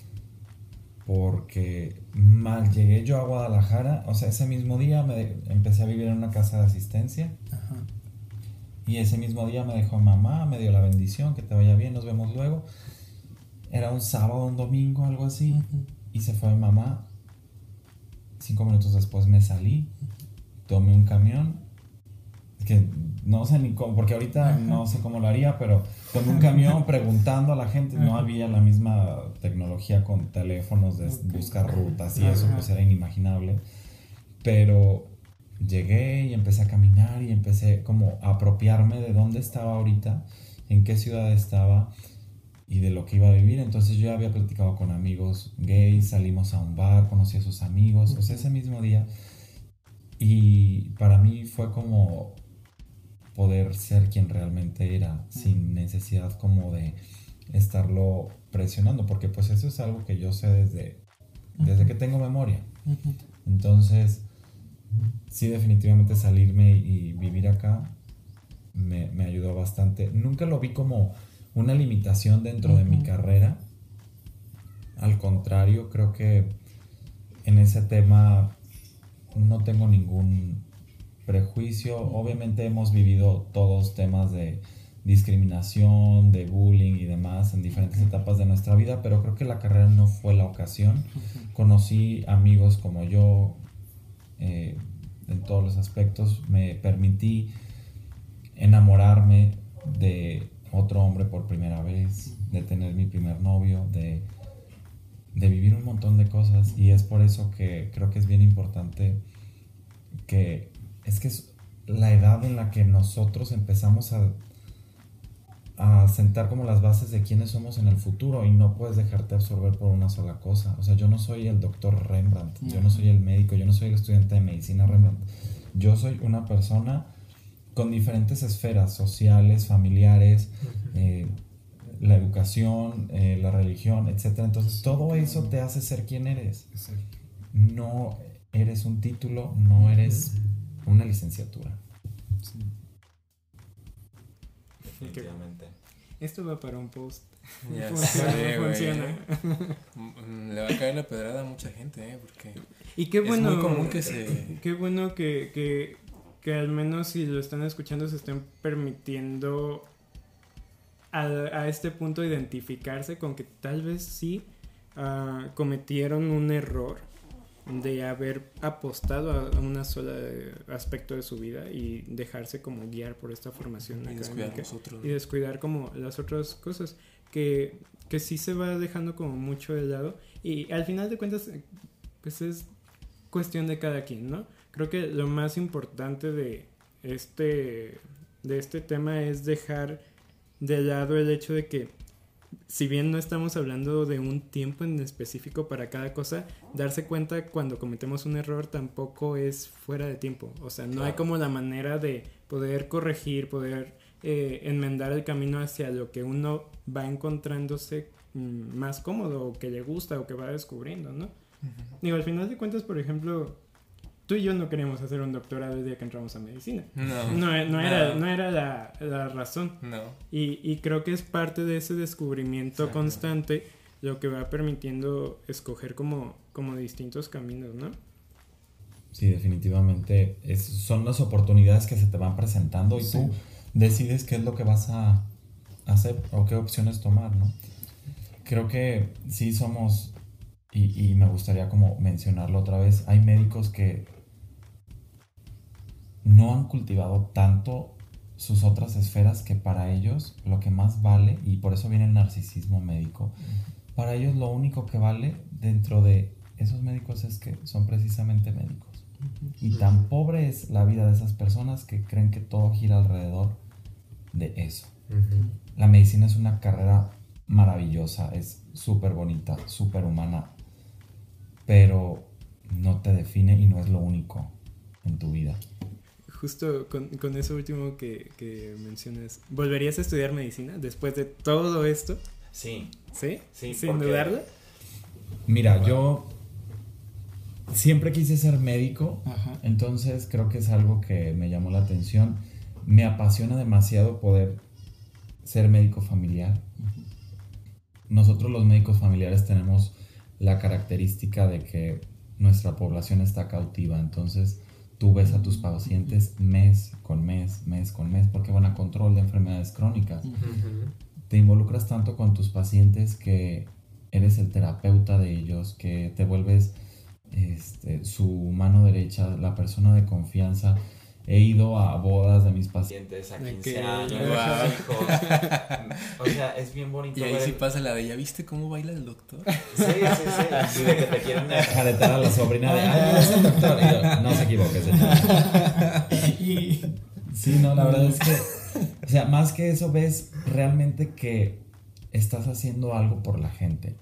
Speaker 2: porque mal llegué yo a Guadalajara, o sea, ese mismo día empecé a vivir en una casa de asistencia.
Speaker 1: Ajá.
Speaker 2: Y ese mismo día me dejó mamá, me dio la bendición, que te vaya bien, nos vemos luego. Era un sábado, un domingo, algo así. Y se fue mi mamá. 5 minutos después me salí, tomé un camión, que no sé ni cómo, porque ahorita no sé cómo lo haría, pero tomé un camión preguntando a la gente. No había la misma tecnología con teléfonos de buscar rutas y eso, pues era inimaginable. Pero llegué y empecé a caminar y empecé como a apropiarme de dónde estaba ahorita, en qué ciudad estaba y de lo que iba a vivir. Entonces yo ya había platicado con amigos gays, salimos a un bar, conocí a sus amigos, o sea, ese mismo día. Y para mí fue como poder ser quien realmente era, sin necesidad como de estarlo presionando, porque pues eso es algo que yo sé desde que tengo memoria. Entonces, sí, definitivamente salirme y vivir acá me ayudó bastante. Nunca lo vi como una limitación dentro de mi carrera. Al contrario, creo que en ese tema no tengo ningún prejuicio. Obviamente hemos vivido todos temas de discriminación, de bullying y demás en diferentes etapas de nuestra vida, pero creo que la carrera no fue la ocasión. Conocí amigos como yo, en todos los aspectos. Me permití enamorarme de otro hombre por primera vez, de tener mi primer novio, de vivir un montón de cosas. Y es por eso que creo que es bien importante que es la edad en la que nosotros empezamos a sentar como las bases de quiénes somos en el futuro, y no puedes dejarte absorber por una sola cosa. O sea, yo no soy el doctor Rembrandt, yo no soy el médico, yo no soy el estudiante de medicina Rembrandt. Yo soy una persona con diferentes esferas sociales, familiares, la educación, la religión, etc. Entonces todo eso te hace ser quien eres. No eres un título, no eres una licenciatura.
Speaker 1: Sí.
Speaker 2: Definitivamente.
Speaker 1: Esto va para un post.
Speaker 3: Ya
Speaker 1: Funciona,
Speaker 3: sé, güey.
Speaker 1: funciona.
Speaker 3: Le va a caer la pedrada a mucha gente, porque
Speaker 1: Y qué bueno,
Speaker 3: es muy común que se...
Speaker 1: Qué bueno que al menos si lo están escuchando se estén permitiendo a este punto identificarse con que tal vez sí cometieron un error de haber apostado a una sola aspecto de su vida y dejarse como guiar por esta formación
Speaker 3: y
Speaker 1: académica
Speaker 3: nosotros,
Speaker 1: y descuidar como las otras cosas que sí se va dejando como mucho de lado, y al final de cuentas pues es cuestión de cada quien, ¿no? Creo que lo más importante de este tema es dejar de lado el hecho de que, si bien no estamos hablando de un tiempo en específico para cada cosa, darse cuenta cuando cometemos un error tampoco es fuera de tiempo. O sea, no hay como la manera de poder corregir, poder enmendar el camino hacia lo que uno va encontrándose más cómodo, o que le gusta, o que va descubriendo, ¿no? Digo, al final de cuentas, por ejemplo, tú y yo no queríamos hacer un doctorado el día que entramos a medicina. No era la razón.
Speaker 3: No.
Speaker 1: Y creo que es parte de ese descubrimiento constante lo que va permitiendo escoger como distintos caminos, ¿no?
Speaker 2: Sí, definitivamente son las oportunidades que se te van presentando, y tú decides qué es lo que vas a hacer o qué opciones tomar, ¿no? Creo que sí somos, y me gustaría como mencionarlo otra vez, hay médicos que no han cultivado tanto sus otras esferas, que para ellos lo que más vale, y por eso viene el narcisismo médico, para ellos lo único que vale dentro de esos médicos es que son precisamente médicos. Y tan pobre es la vida de esas personas que creen que todo gira alrededor de eso. La medicina es una carrera maravillosa, es súper bonita, súper humana, pero no te define y no es lo único en tu vida.
Speaker 1: justo con eso último que mencionas, ¿volverías a estudiar medicina después de todo esto?
Speaker 2: Sí.
Speaker 1: ¿Sí?
Speaker 2: Sí,
Speaker 1: ¿Sin dudarlo?
Speaker 2: Mira, yo siempre quise ser médico,
Speaker 1: Ajá.
Speaker 2: entonces creo que es algo que me llamó la atención. Me apasiona demasiado poder ser médico familiar. Nosotros los médicos familiares tenemos la característica de que nuestra población está cautiva, entonces tú ves a tus pacientes mes con mes, porque van a control de enfermedades crónicas. Te involucras tanto con tus pacientes que eres el terapeuta de ellos, que te vuelves su mano derecha, la persona de confianza. He ido a bodas de mis pacientes a 15 años, a sus hijos. O sea, es bien bonito.
Speaker 3: Y ahí sí pasa la de, ¿ya viste cómo baila el doctor?
Speaker 2: Sí. Y de que te quieren jaretar a la sobrina de, ay, es el doctor. Y yo, no se equivoque, señor. Sí, no, la verdad es que, o sea, más que eso, ves realmente que estás haciendo algo por la gente.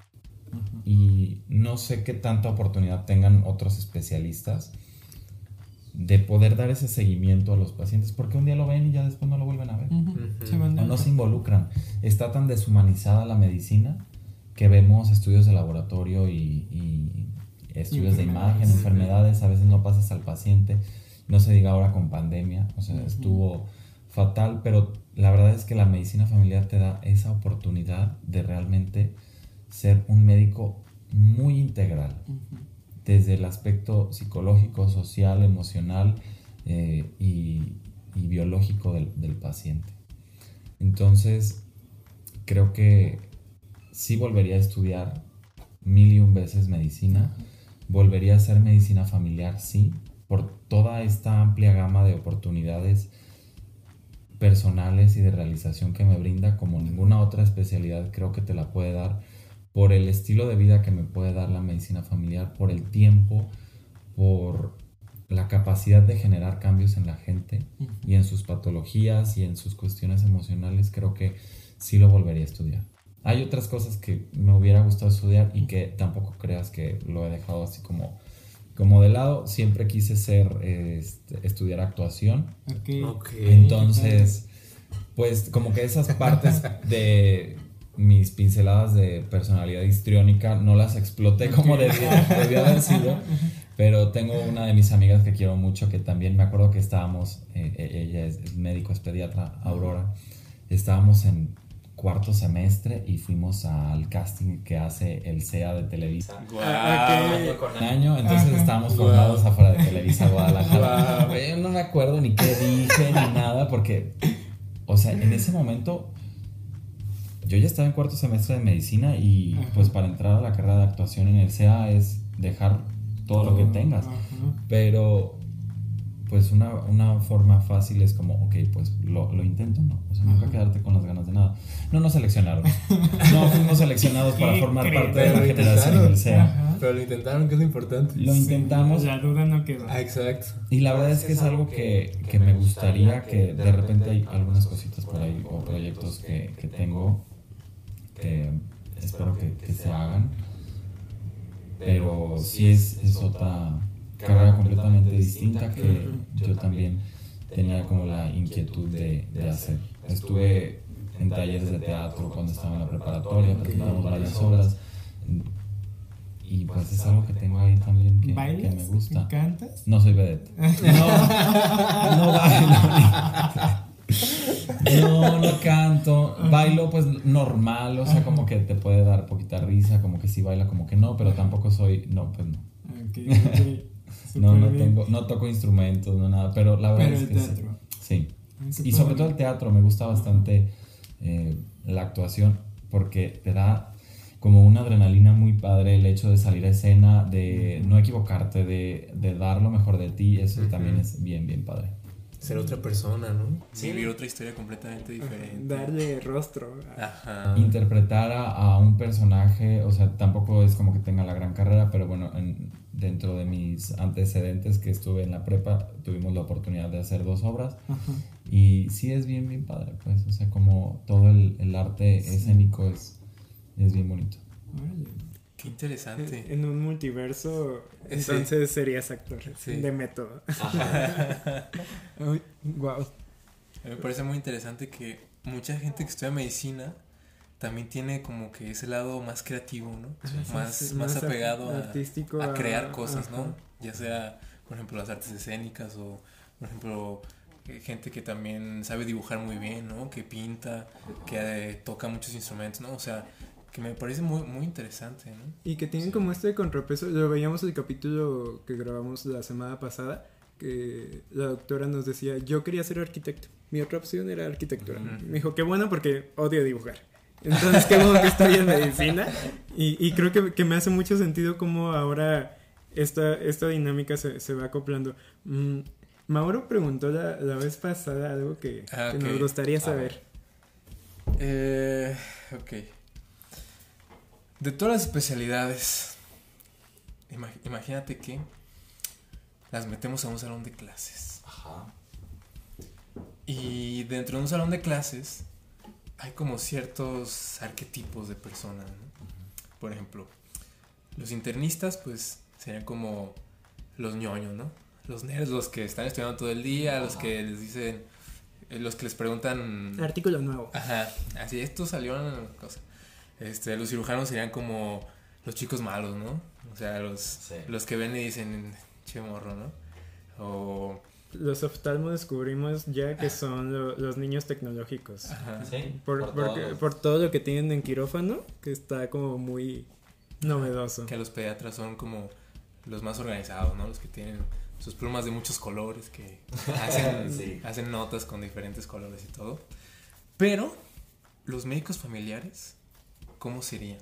Speaker 2: Y no sé qué tanta oportunidad tengan otros especialistas de poder dar ese seguimiento a los pacientes, porque un día lo ven y ya después no lo vuelven a ver. No se involucran. Está tan deshumanizada la medicina que vemos estudios de laboratorio y estudios de imagen, enfermedades, a veces no pasas al paciente, no se diga ahora con pandemia, o sea, estuvo fatal, pero la verdad es que la medicina familiar te da esa oportunidad de realmente ser un médico muy integral. Desde el aspecto psicológico, social, emocional y biológico del paciente. Entonces, creo que sí volvería a estudiar 1001 veces medicina. Volvería a hacer medicina familiar, sí, por toda esta amplia gama de oportunidades personales y de realización que me brinda, como ninguna otra especialidad creo que te la puede dar, por el estilo de vida que me puede dar la medicina familiar, por el tiempo, por la capacidad de generar cambios en la gente y en sus patologías y en sus cuestiones emocionales. Creo que sí lo volvería a estudiar. Hay otras cosas que me hubiera gustado estudiar y que tampoco creas que lo he dejado así como de lado. Siempre quise estudiar actuación. Entonces, pues como que esas partes de mis pinceladas de personalidad histriónica no las exploté como debía haber sido, pero tengo una de mis amigas que quiero mucho que también me acuerdo que estábamos, ella es médico, es pediatra, Aurora, estábamos en cuarto semestre y fuimos al casting que hace el CEA de Televisa año con año, entonces estábamos formados afuera de Televisa Guadalajara. Yo no me acuerdo ni qué dije ni nada porque, o sea, en ese momento yo ya estaba en cuarto semestre de medicina y pues para entrar a la carrera de actuación en el CEA es dejar todo lo que tengas. Pero pues una forma fácil es como, ok, pues lo intento, ¿no? O sea, nunca quedarte con las ganas de nada. No nos seleccionaron. No fuimos seleccionados para formar parte de la generación del CEA.
Speaker 3: Pero lo intentaron, que es lo importante.
Speaker 2: Lo intentamos.
Speaker 1: La duda no quedó.
Speaker 3: Exacto.
Speaker 2: Y la verdad es que es algo que me gustaría, que de repente hay algunas cositas por ahí o proyectos que tengo que espero que se hagan, pero sí es otra carrera completamente distinta que yo también tenía como la inquietud de hacer. Estuve en talleres de teatro cuando estaba en la preparatoria, presentamos varias obras y pues es algo que tengo ahí también que me gusta.
Speaker 1: ¿Cantas?
Speaker 2: No soy vedette. No bailo. No canto, bailo pues normal, o sea, como que te puede dar poquita risa, como que sí baila, como que no, pero tampoco soy, no, pues no. No toco instrumentos, no nada, pero la verdad es que
Speaker 1: teatro.
Speaker 2: Sí. Y sobre todo el teatro, me gusta bastante la actuación porque te da como una adrenalina muy padre el hecho de salir a escena, de no equivocarte, de dar lo mejor de ti, eso también es bien, bien padre.
Speaker 3: Ser otra persona, ¿no?
Speaker 2: Sí.
Speaker 3: Vivir otra historia completamente diferente.
Speaker 1: Darle rostro.
Speaker 2: Interpretar a un personaje, o sea, tampoco es como que tenga la gran carrera, pero bueno, dentro de mis antecedentes que estuve en la prepa, tuvimos la oportunidad de hacer 2 obras. Y sí es bien, bien padre, pues, o sea, como todo el arte escénico es bien bonito.
Speaker 3: Qué interesante.
Speaker 1: En un multiverso, entonces serías actor de método. Wow.
Speaker 3: Me parece muy interesante que mucha gente que estudia medicina también tiene como que ese lado más creativo, ¿no? Más apegado
Speaker 1: artístico
Speaker 3: a crear cosas, ¿no? Ya sea, por ejemplo, las artes escénicas o, por ejemplo, gente que también sabe dibujar muy bien, ¿no? Que pinta, que toca muchos instrumentos, ¿no? O sea, que me parece muy, muy interesante, ¿no?
Speaker 1: Y que tienen como este contrapeso. Lo veíamos el capítulo que grabamos la semana pasada, que la doctora nos decía, yo quería ser arquitecto, mi otra opción era arquitectura. Me dijo, qué bueno porque odio dibujar. Entonces qué bueno que estoy en medicina. Y creo que me hace mucho sentido cómo ahora esta dinámica se va acoplando. Mauro preguntó la vez pasada algo que nos gustaría saber.
Speaker 3: Ok. De todas las especialidades, imagínate que las metemos a un salón de clases.
Speaker 2: Ajá.
Speaker 3: Y dentro de un salón de clases hay como ciertos arquetipos de personas, ¿no? Por ejemplo, los internistas pues serían como los ñoños, ¿no? Los nerds, los que están estudiando todo el día, los que les dicen, los que les preguntan...
Speaker 1: Artículo nuevo.
Speaker 3: Ajá, así, esto salió en la cosa. Los cirujanos serían como los chicos malos, ¿no? O sea, los que ven y dicen, che morro, ¿no? O...
Speaker 1: Los oftalmos descubrimos ya que son los niños tecnológicos.
Speaker 3: Ajá.
Speaker 2: Sí,
Speaker 1: por todo lo que tienen en quirófano, que está como muy novedoso.
Speaker 3: Que los pediatras son como los más organizados, ¿no? Los que tienen sus plumas de muchos colores, que hacen notas con diferentes colores y todo. Pero, los médicos familiares, ¿cómo serían?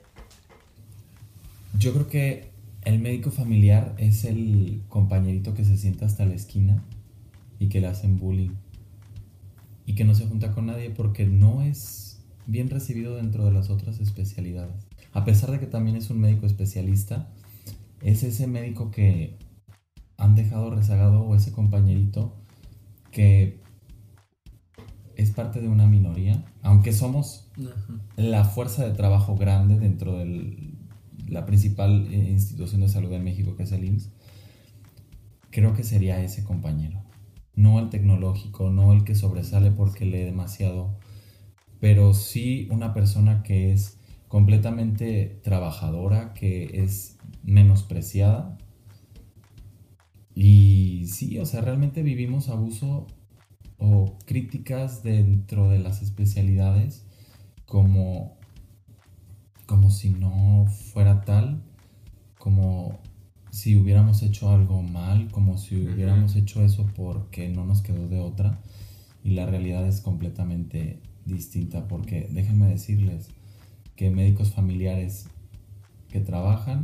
Speaker 2: Yo creo que el médico familiar es el compañerito que se sienta hasta la esquina y que le hacen bullying y que no se junta con nadie porque no es bien recibido dentro de las otras especialidades. A pesar de que también es un médico especialista, es ese médico que han dejado rezagado o ese compañerito que es parte de una minoría, aunque somos la fuerza de trabajo grande dentro de la principal institución de salud en México, que es el IMSS. Creo que sería ese compañero, no el tecnológico, no el que sobresale porque lee demasiado, pero sí una persona que es completamente trabajadora, que es menospreciada. Y sí, o sea, realmente vivimos abuso o críticas dentro de las especialidades como si no fuera tal, como si hubiéramos hecho algo mal, como si hubiéramos hecho eso porque no nos quedó de otra. Y la realidad es completamente distinta, porque déjenme decirles que médicos familiares que trabajan,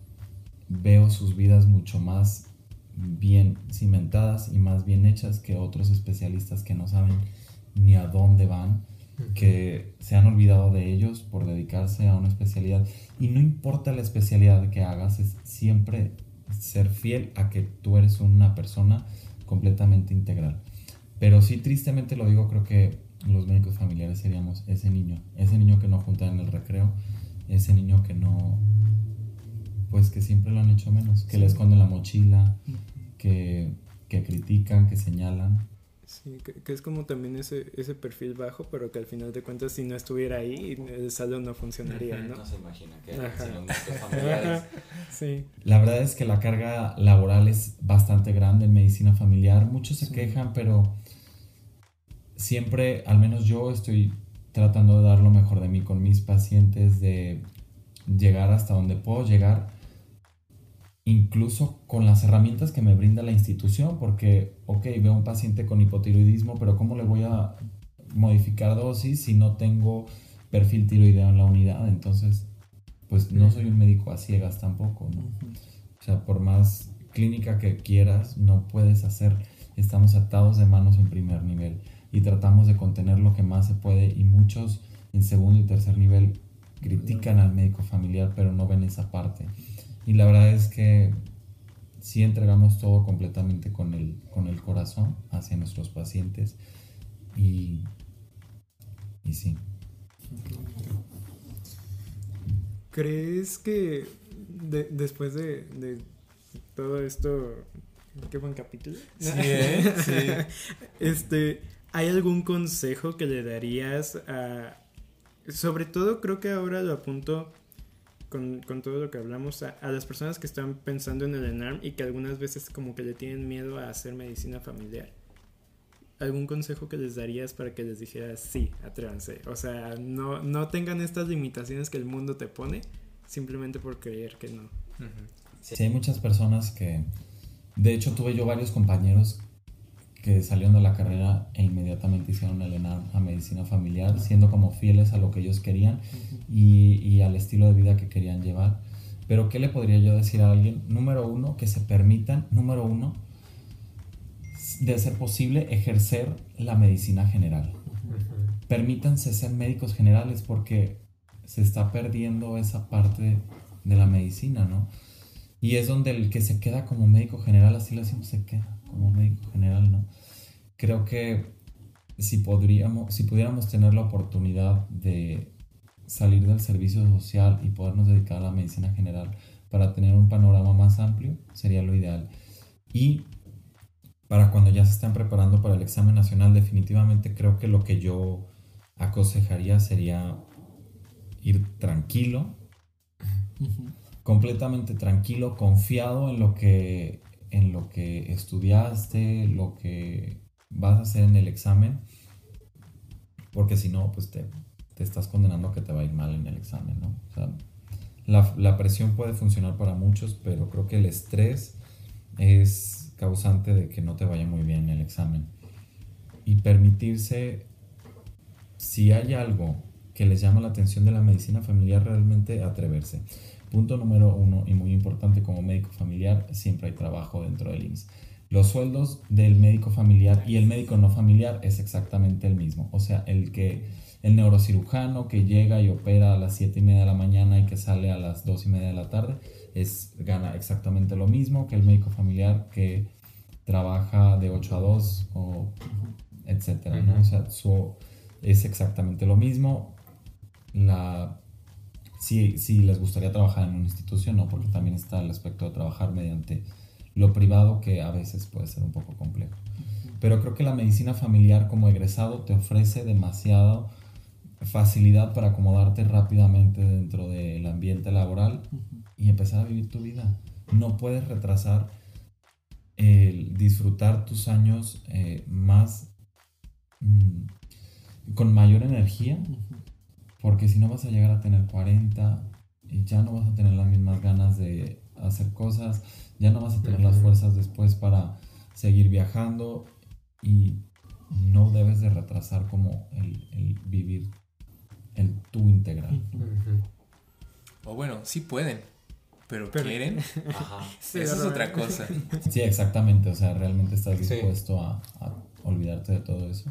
Speaker 2: veo sus vidas mucho más bien cimentadas y más bien hechas que otros especialistas que no saben ni a dónde van, que se han olvidado de ellos por dedicarse a una especialidad. Y no importa la especialidad que hagas, es siempre ser fiel a que tú eres una persona completamente integral. Pero sí, tristemente lo digo, creo que los médicos familiares seríamos ese niño que no junta en el recreo, ese niño que no, pues que siempre lo han hecho menos, que le esconden la mochila, que critican, que señalan.
Speaker 1: Sí, que es como también ese perfil bajo, pero que al final de cuentas si no estuviera ahí, el salón no funcionaría, ¿no?
Speaker 2: No se imagina que sin los médicos familiares.
Speaker 1: Sí.
Speaker 2: La verdad es que la carga laboral es bastante grande en medicina familiar. Muchos se quejan, pero siempre, al menos yo estoy tratando de dar lo mejor de mí con mis pacientes, de llegar hasta donde puedo llegar, incluso con las herramientas que me brinda la institución, porque, veo un paciente con hipotiroidismo, pero ¿cómo le voy a modificar dosis si no tengo perfil tiroideo en la unidad? Entonces, pues no soy un médico a ciegas tampoco, ¿no? O sea, por más clínica que quieras, no puedes hacer, estamos atados de manos en primer nivel y tratamos de contener lo que más se puede, y muchos en segundo y tercer nivel critican al médico familiar, pero no ven esa parte. Y la verdad es que sí entregamos todo completamente con el corazón hacia nuestros pacientes y sí.
Speaker 1: ¿crees que después de todo esto, qué buen capítulo?
Speaker 3: Sí,
Speaker 1: Sí. ¿Hay algún consejo que le darías sobre todo creo que ahora lo apunto con todo lo que hablamos a las personas que están pensando en el ENARM y que algunas veces como que le tienen miedo a hacer medicina familiar? ¿Algún consejo que les darías para que les dijeras sí, atrévanse? O sea, no tengan estas limitaciones que el mundo te pone simplemente por creer que no.
Speaker 2: Sí, hay muchas personas que, de hecho tuve yo varios compañeros que salieron de la carrera e inmediatamente hicieron el ENARM a medicina familiar, siendo como fieles a lo que ellos querían y al estilo de vida que querían llevar. Pero ¿qué le podría yo decir a alguien? Número uno, que se permitan, de ser posible, ejercer la medicina general. Permítanse ser médicos generales porque se está perdiendo esa parte de la medicina, ¿no? Y es donde el que se queda como médico general, así lo decimos, se queda como médico general, ¿no? Creo que si pudiéramos tener la oportunidad de salir del servicio social y podernos dedicar a la medicina general para tener un panorama más amplio, sería lo ideal. Y para cuando ya se están preparando para el examen nacional, definitivamente creo que lo que yo aconsejaría sería ir tranquilo, completamente tranquilo, confiado en lo que estudiaste, lo que vas a hacer en el examen, porque si no, pues te estás condenando a que te va a ir mal en el examen, ¿no? O sea, la presión puede funcionar para muchos, pero creo que el estrés es causante de que no te vaya muy bien en el examen. Y permitirse, si hay algo que les llama la atención de la medicina familiar, realmente atreverse. Punto número 1 y muy importante, como médico familiar siempre hay trabajo dentro del IMSS. Los sueldos del médico familiar y el médico no familiar es exactamente el mismo. O sea, el neurocirujano que llega y opera a las 7:30 de la mañana y que sale a las 2:30 de la tarde gana exactamente lo mismo que el médico familiar que trabaja de 8 a 2 o etcétera, ¿no? O sea, es exactamente lo mismo. Si les gustaría trabajar en una institución, no, porque también está el aspecto de trabajar mediante lo privado, que a veces puede ser un poco complejo. Pero creo que la medicina familiar como egresado te ofrece demasiada facilidad para acomodarte rápidamente dentro del ambiente laboral y empezar a vivir tu vida. No puedes retrasar el disfrutar tus años con mayor energía, porque si no vas a llegar a tener 40 y ya no vas a tener las mismas ganas de hacer cosas, ya no vas a tener las fuerzas después para seguir viajando y no debes de retrasar como el vivir el tú integral.
Speaker 3: O bueno, sí pueden, pero quieren.
Speaker 2: Ajá.
Speaker 3: Sí, eso es otra cosa.
Speaker 2: Sí, exactamente, o sea, realmente estás dispuesto a olvidarte de todo eso.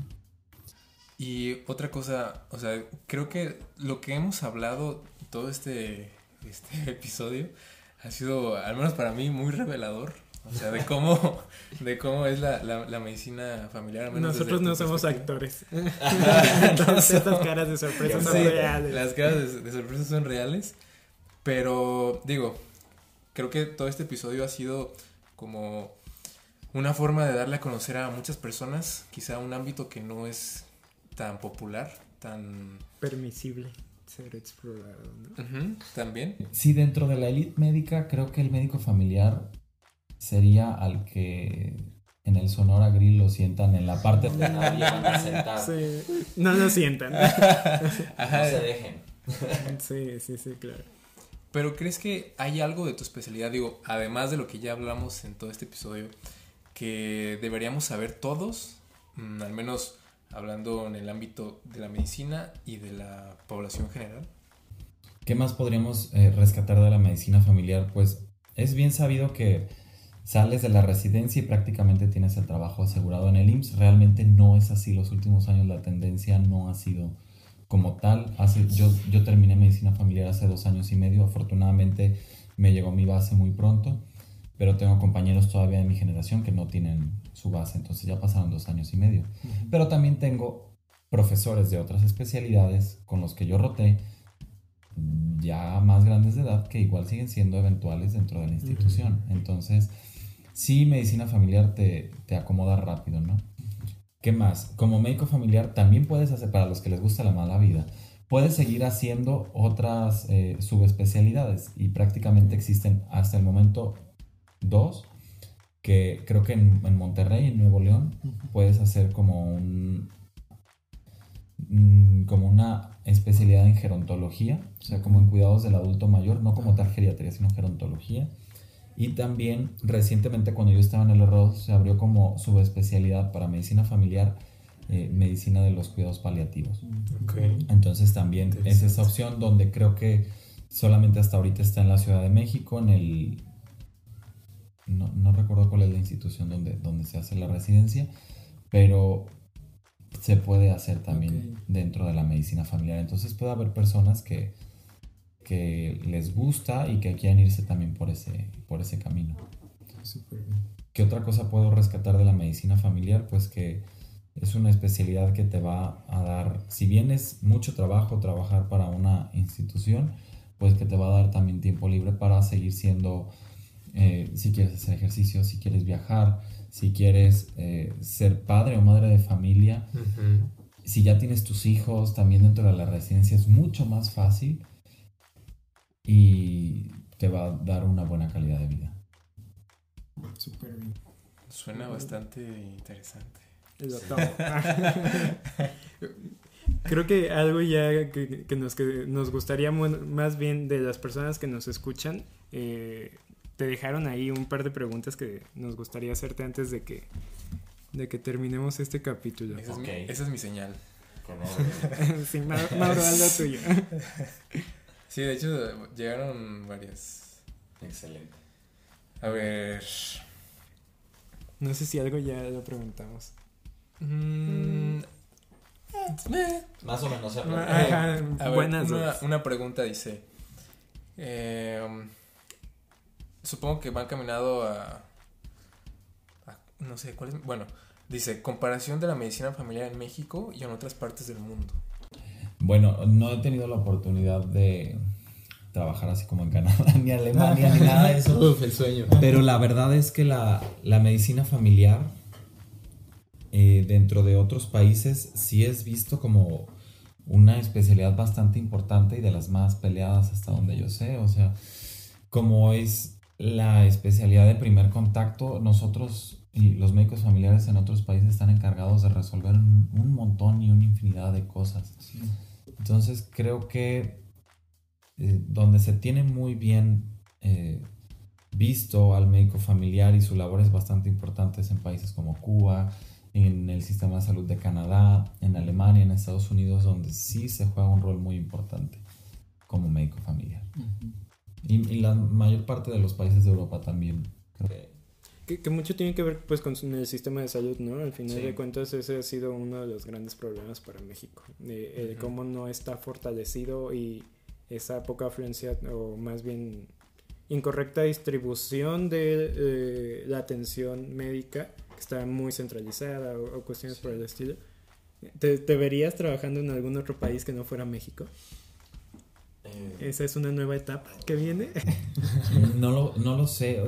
Speaker 3: Y otra cosa, o sea, creo que lo que hemos hablado todo este episodio ha sido, al menos para mí, muy revelador. O sea, de cómo es la medicina familiar. Al menos
Speaker 1: nosotros no somos actores. Entonces estas caras de sorpresa son reales.
Speaker 3: Las caras de sorpresa son reales. Pero, digo, creo que todo este episodio ha sido como una forma de darle a conocer a muchas personas, quizá un ámbito que no es tan popular, tan
Speaker 1: permisible ser explorado, ¿no?
Speaker 3: También.
Speaker 2: Sí, dentro de la élite médica, creo que el médico familiar sería al que en el Sonora Grill lo sientan en la parte donde nadie van a sentar.
Speaker 1: Sí, no lo sientan.
Speaker 2: No se dejen.
Speaker 1: Sí, claro.
Speaker 3: Pero ¿crees que hay algo de tu especialidad, digo, además de lo que ya hablamos en todo este episodio, que deberíamos saber todos, al menos hablando en el ámbito de la medicina y de la población general?
Speaker 2: ¿Qué más podríamos rescatar de la medicina familiar? Pues es bien sabido que sales de la residencia y prácticamente tienes el trabajo asegurado en el IMSS. Realmente no es así. Los últimos años la tendencia no ha sido como tal. Yo terminé medicina familiar hace 2 años y medio. Afortunadamente me llegó mi base muy pronto, pero tengo compañeros todavía de mi generación que no tienen su base, entonces ya pasaron 2 años y medio. Pero también tengo profesores de otras especialidades con los que yo roté ya más grandes de edad que igual siguen siendo eventuales dentro de la institución. Entonces, sí, medicina familiar te acomoda rápido, ¿no? ¿Qué más? Como médico familiar también puedes hacer, para los que les gusta la mala vida, puedes seguir haciendo otras subespecialidades y prácticamente existen hasta el momento dos, que creo que en Monterrey, en Nuevo León, puedes hacer como como una especialidad en gerontología, o sea, como en cuidados del adulto mayor, no como tal geriatría, sino gerontología. Y también recientemente cuando yo estaba en el ROS se abrió como subespecialidad para medicina familiar, medicina de los cuidados paliativos.
Speaker 3: Okay.
Speaker 2: Entonces también es esa opción donde creo que solamente hasta ahorita está en la Ciudad de México, en el... No recuerdo cuál es la institución donde se hace la residencia, pero se puede hacer también dentro de la medicina familiar. Entonces puede haber personas que les gusta y que quieren irse también por ese camino.
Speaker 1: Súper bien.
Speaker 2: ¿Qué otra cosa puedo rescatar de la medicina familiar? Pues que es una especialidad que te va a dar, si bien es mucho trabajo trabajar para una institución, pues que te va a dar también tiempo libre para seguir siendo, si quieres hacer ejercicio, si quieres viajar, si quieres ser padre o madre de familia. Si ya tienes tus hijos también dentro de la residencia es mucho más fácil y te va a dar una buena calidad de vida.
Speaker 1: Súper bien.
Speaker 3: Suena bastante interesante.
Speaker 1: Lo tomo. Creo que algo ya que nos gustaría más bien de las personas que nos escuchan, te dejaron ahí un par de preguntas que nos gustaría hacerte antes de que terminemos este capítulo.
Speaker 3: Esa es mi señal.
Speaker 1: Sí, Mauro, haz lo tuyo.
Speaker 3: Sí, de hecho llegaron varias.
Speaker 2: Excelente.
Speaker 3: A ver.
Speaker 1: No sé si algo ya lo preguntamos.
Speaker 2: Más o menos.
Speaker 1: Buenas.
Speaker 3: Una pregunta dice. Supongo que van caminado a no sé cuál es. Bueno, dice comparación de la medicina familiar en México y en otras partes del mundo.
Speaker 2: Bueno, no he tenido la oportunidad de trabajar así como en Canadá, ni Alemania, ni nada de eso.
Speaker 3: Uf, el sueño.
Speaker 2: Pero la verdad es que la medicina familiar dentro de otros países sí es visto como una especialidad bastante importante y de las más peleadas hasta donde yo sé. O sea, como es la especialidad de primer contacto, nosotros y los médicos familiares en otros países están encargados de resolver un montón y una infinidad de cosas. Sí. Entonces creo que donde se tiene muy bien visto al médico familiar y su labor es bastante importante en países como Cuba, en el sistema de salud de Canadá, en Alemania, en Estados Unidos, donde sí se juega un rol muy importante como médico familiar. Y la mayor parte de los países de Europa también. Creo
Speaker 1: que mucho tiene que ver pues con el sistema de salud, ¿no? Al final de cuentas ese ha sido uno de los grandes problemas para México, cómo no está fortalecido y esa poca afluencia o más bien incorrecta distribución de la atención médica, que está muy centralizada o cuestiones por el estilo. ¿Te verías trabajando en algún otro país que no fuera México? ¿Esa es una nueva etapa que viene?
Speaker 2: No lo sé.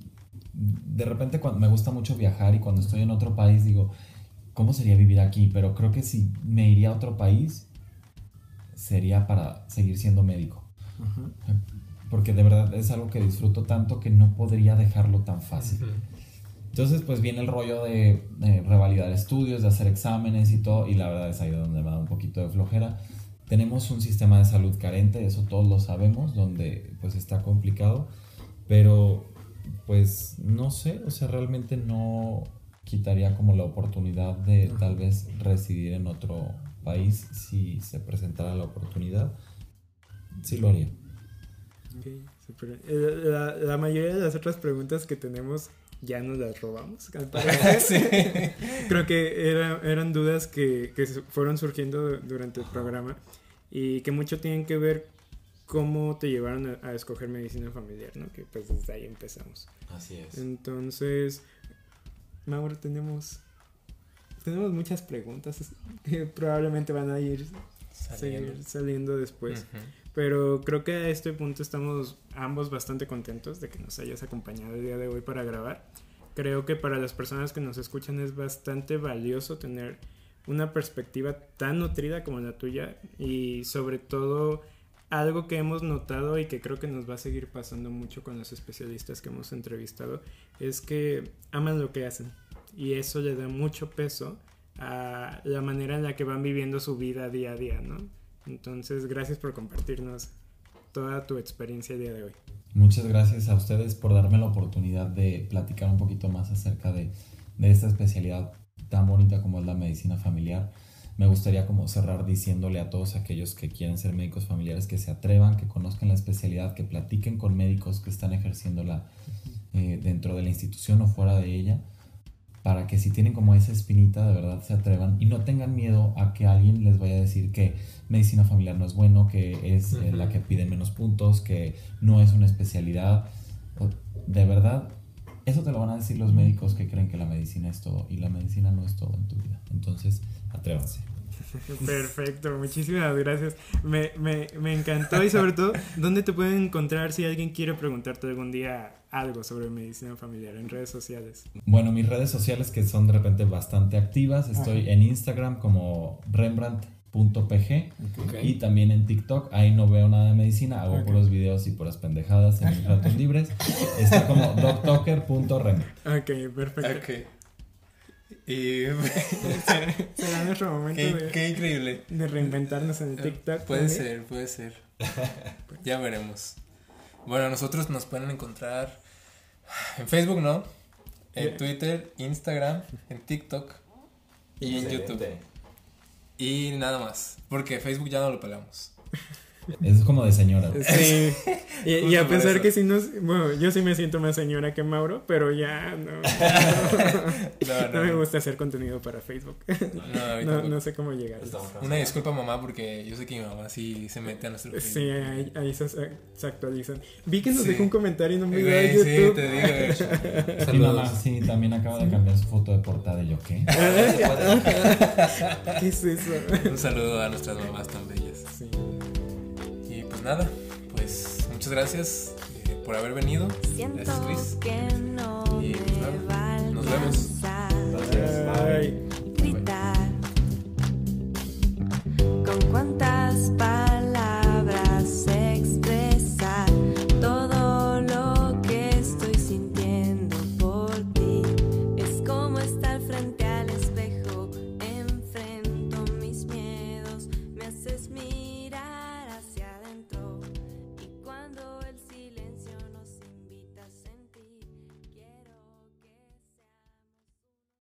Speaker 2: De repente cuando me gusta mucho viajar y cuando estoy en otro país digo, ¿cómo sería vivir aquí? Pero creo que si me iría a otro país sería para seguir siendo médico. Porque de verdad es algo que disfruto tanto que no podría dejarlo tan fácil. Entonces pues viene el rollo de revalidar estudios, de hacer exámenes y todo, y la verdad es ahí donde me da un poquito de flojera. Tenemos un sistema de salud carente, eso todos lo sabemos, donde pues está complicado, pero pues no sé, o sea, realmente no quitaría como la oportunidad de tal vez residir en otro país si se presentara la oportunidad. Sí lo haría.
Speaker 1: Okay, super. La mayoría de las otras preguntas que tenemos ya nos las robamos, al parecer. Sí. Creo que eran dudas que fueron surgiendo durante el programa y que mucho tienen que ver cómo te llevaron a escoger medicina familiar, ¿no? Que pues desde ahí empezamos.
Speaker 2: Así es.
Speaker 1: Entonces, Mauro, tenemos muchas preguntas que probablemente van a ir seguir saliendo después. Pero creo que a este punto estamos ambos bastante contentos de que nos hayas acompañado el día de hoy para grabar. Creo que para las personas que nos escuchan es bastante valioso tener una perspectiva tan nutrida como la tuya, y sobre todo algo que hemos notado y que creo que nos va a seguir pasando mucho con los especialistas que hemos entrevistado es que aman lo que hacen, y eso le da mucho peso a la manera en la que van viviendo su vida día a día, ¿no? Entonces, gracias por compartirnos toda tu experiencia el día de hoy.
Speaker 2: Muchas gracias a ustedes por darme la oportunidad de platicar un poquito más acerca de esta especialidad tan bonita como es la medicina familiar. Me gustaría como cerrar diciéndole a todos aquellos que quieren ser médicos familiares que se atrevan, que conozcan la especialidad, que platiquen con médicos que están ejerciéndola dentro de la institución o fuera de ella, para que si tienen como esa espinita de verdad se atrevan y no tengan miedo a que alguien les vaya a decir que medicina familiar no es bueno, que es la que pide menos puntos, que no es una especialidad. De verdad, eso te lo van a decir los médicos que creen que la medicina es todo, y la medicina no es todo en tu vida. Entonces, atrévanse.
Speaker 1: Perfecto, muchísimas gracias. Me encantó, y sobre todo, ¿dónde te pueden encontrar si alguien quiere preguntarte algún día algo sobre medicina familiar en redes sociales?
Speaker 2: Bueno, mis redes sociales, que son de repente bastante activas, estoy en Instagram como Rembrandt.pg y también en TikTok. Ahí no veo nada de medicina, hago puros videos y puras pendejadas en mis ratos libres. Está como doctoker.rembrandt.
Speaker 1: Ok, perfecto.
Speaker 3: Y
Speaker 1: será nuestro momento
Speaker 3: qué increíble
Speaker 1: de reinventarnos en el TikTok.
Speaker 3: Puede ser. Ya veremos. Bueno, nosotros nos pueden encontrar en Facebook, ¿no? En Twitter, Instagram, en TikTok y en YouTube. Y nada más, porque Facebook ya no lo pelamos.
Speaker 2: Es como de señora.
Speaker 1: Sí. Y a pesar que sí bueno, yo sí me siento más señora que Mauro, pero ya no me gusta hacer contenido para Facebook. No sé cómo llegar.
Speaker 3: Una disculpa, mamá, porque yo sé que mi mamá sí se mete a nuestro Facebook.
Speaker 1: Sí, ahí se actualizan. Vi que nos dejó un comentario en un video de YouTube.
Speaker 3: Sí, te digo.
Speaker 2: Sí, mamá, sí, también acaba de cambiar su foto de portada. ¿Y yo qué?
Speaker 1: ¿Qué es eso?
Speaker 3: Un saludo a nuestras mamás tan bellas.
Speaker 1: Sí.
Speaker 3: Nada, pues muchas gracias por haber venido. Gracias, Luis. Y pues nada, nos vemos.
Speaker 2: Gracias, bye.
Speaker 4: Gritar con cuánta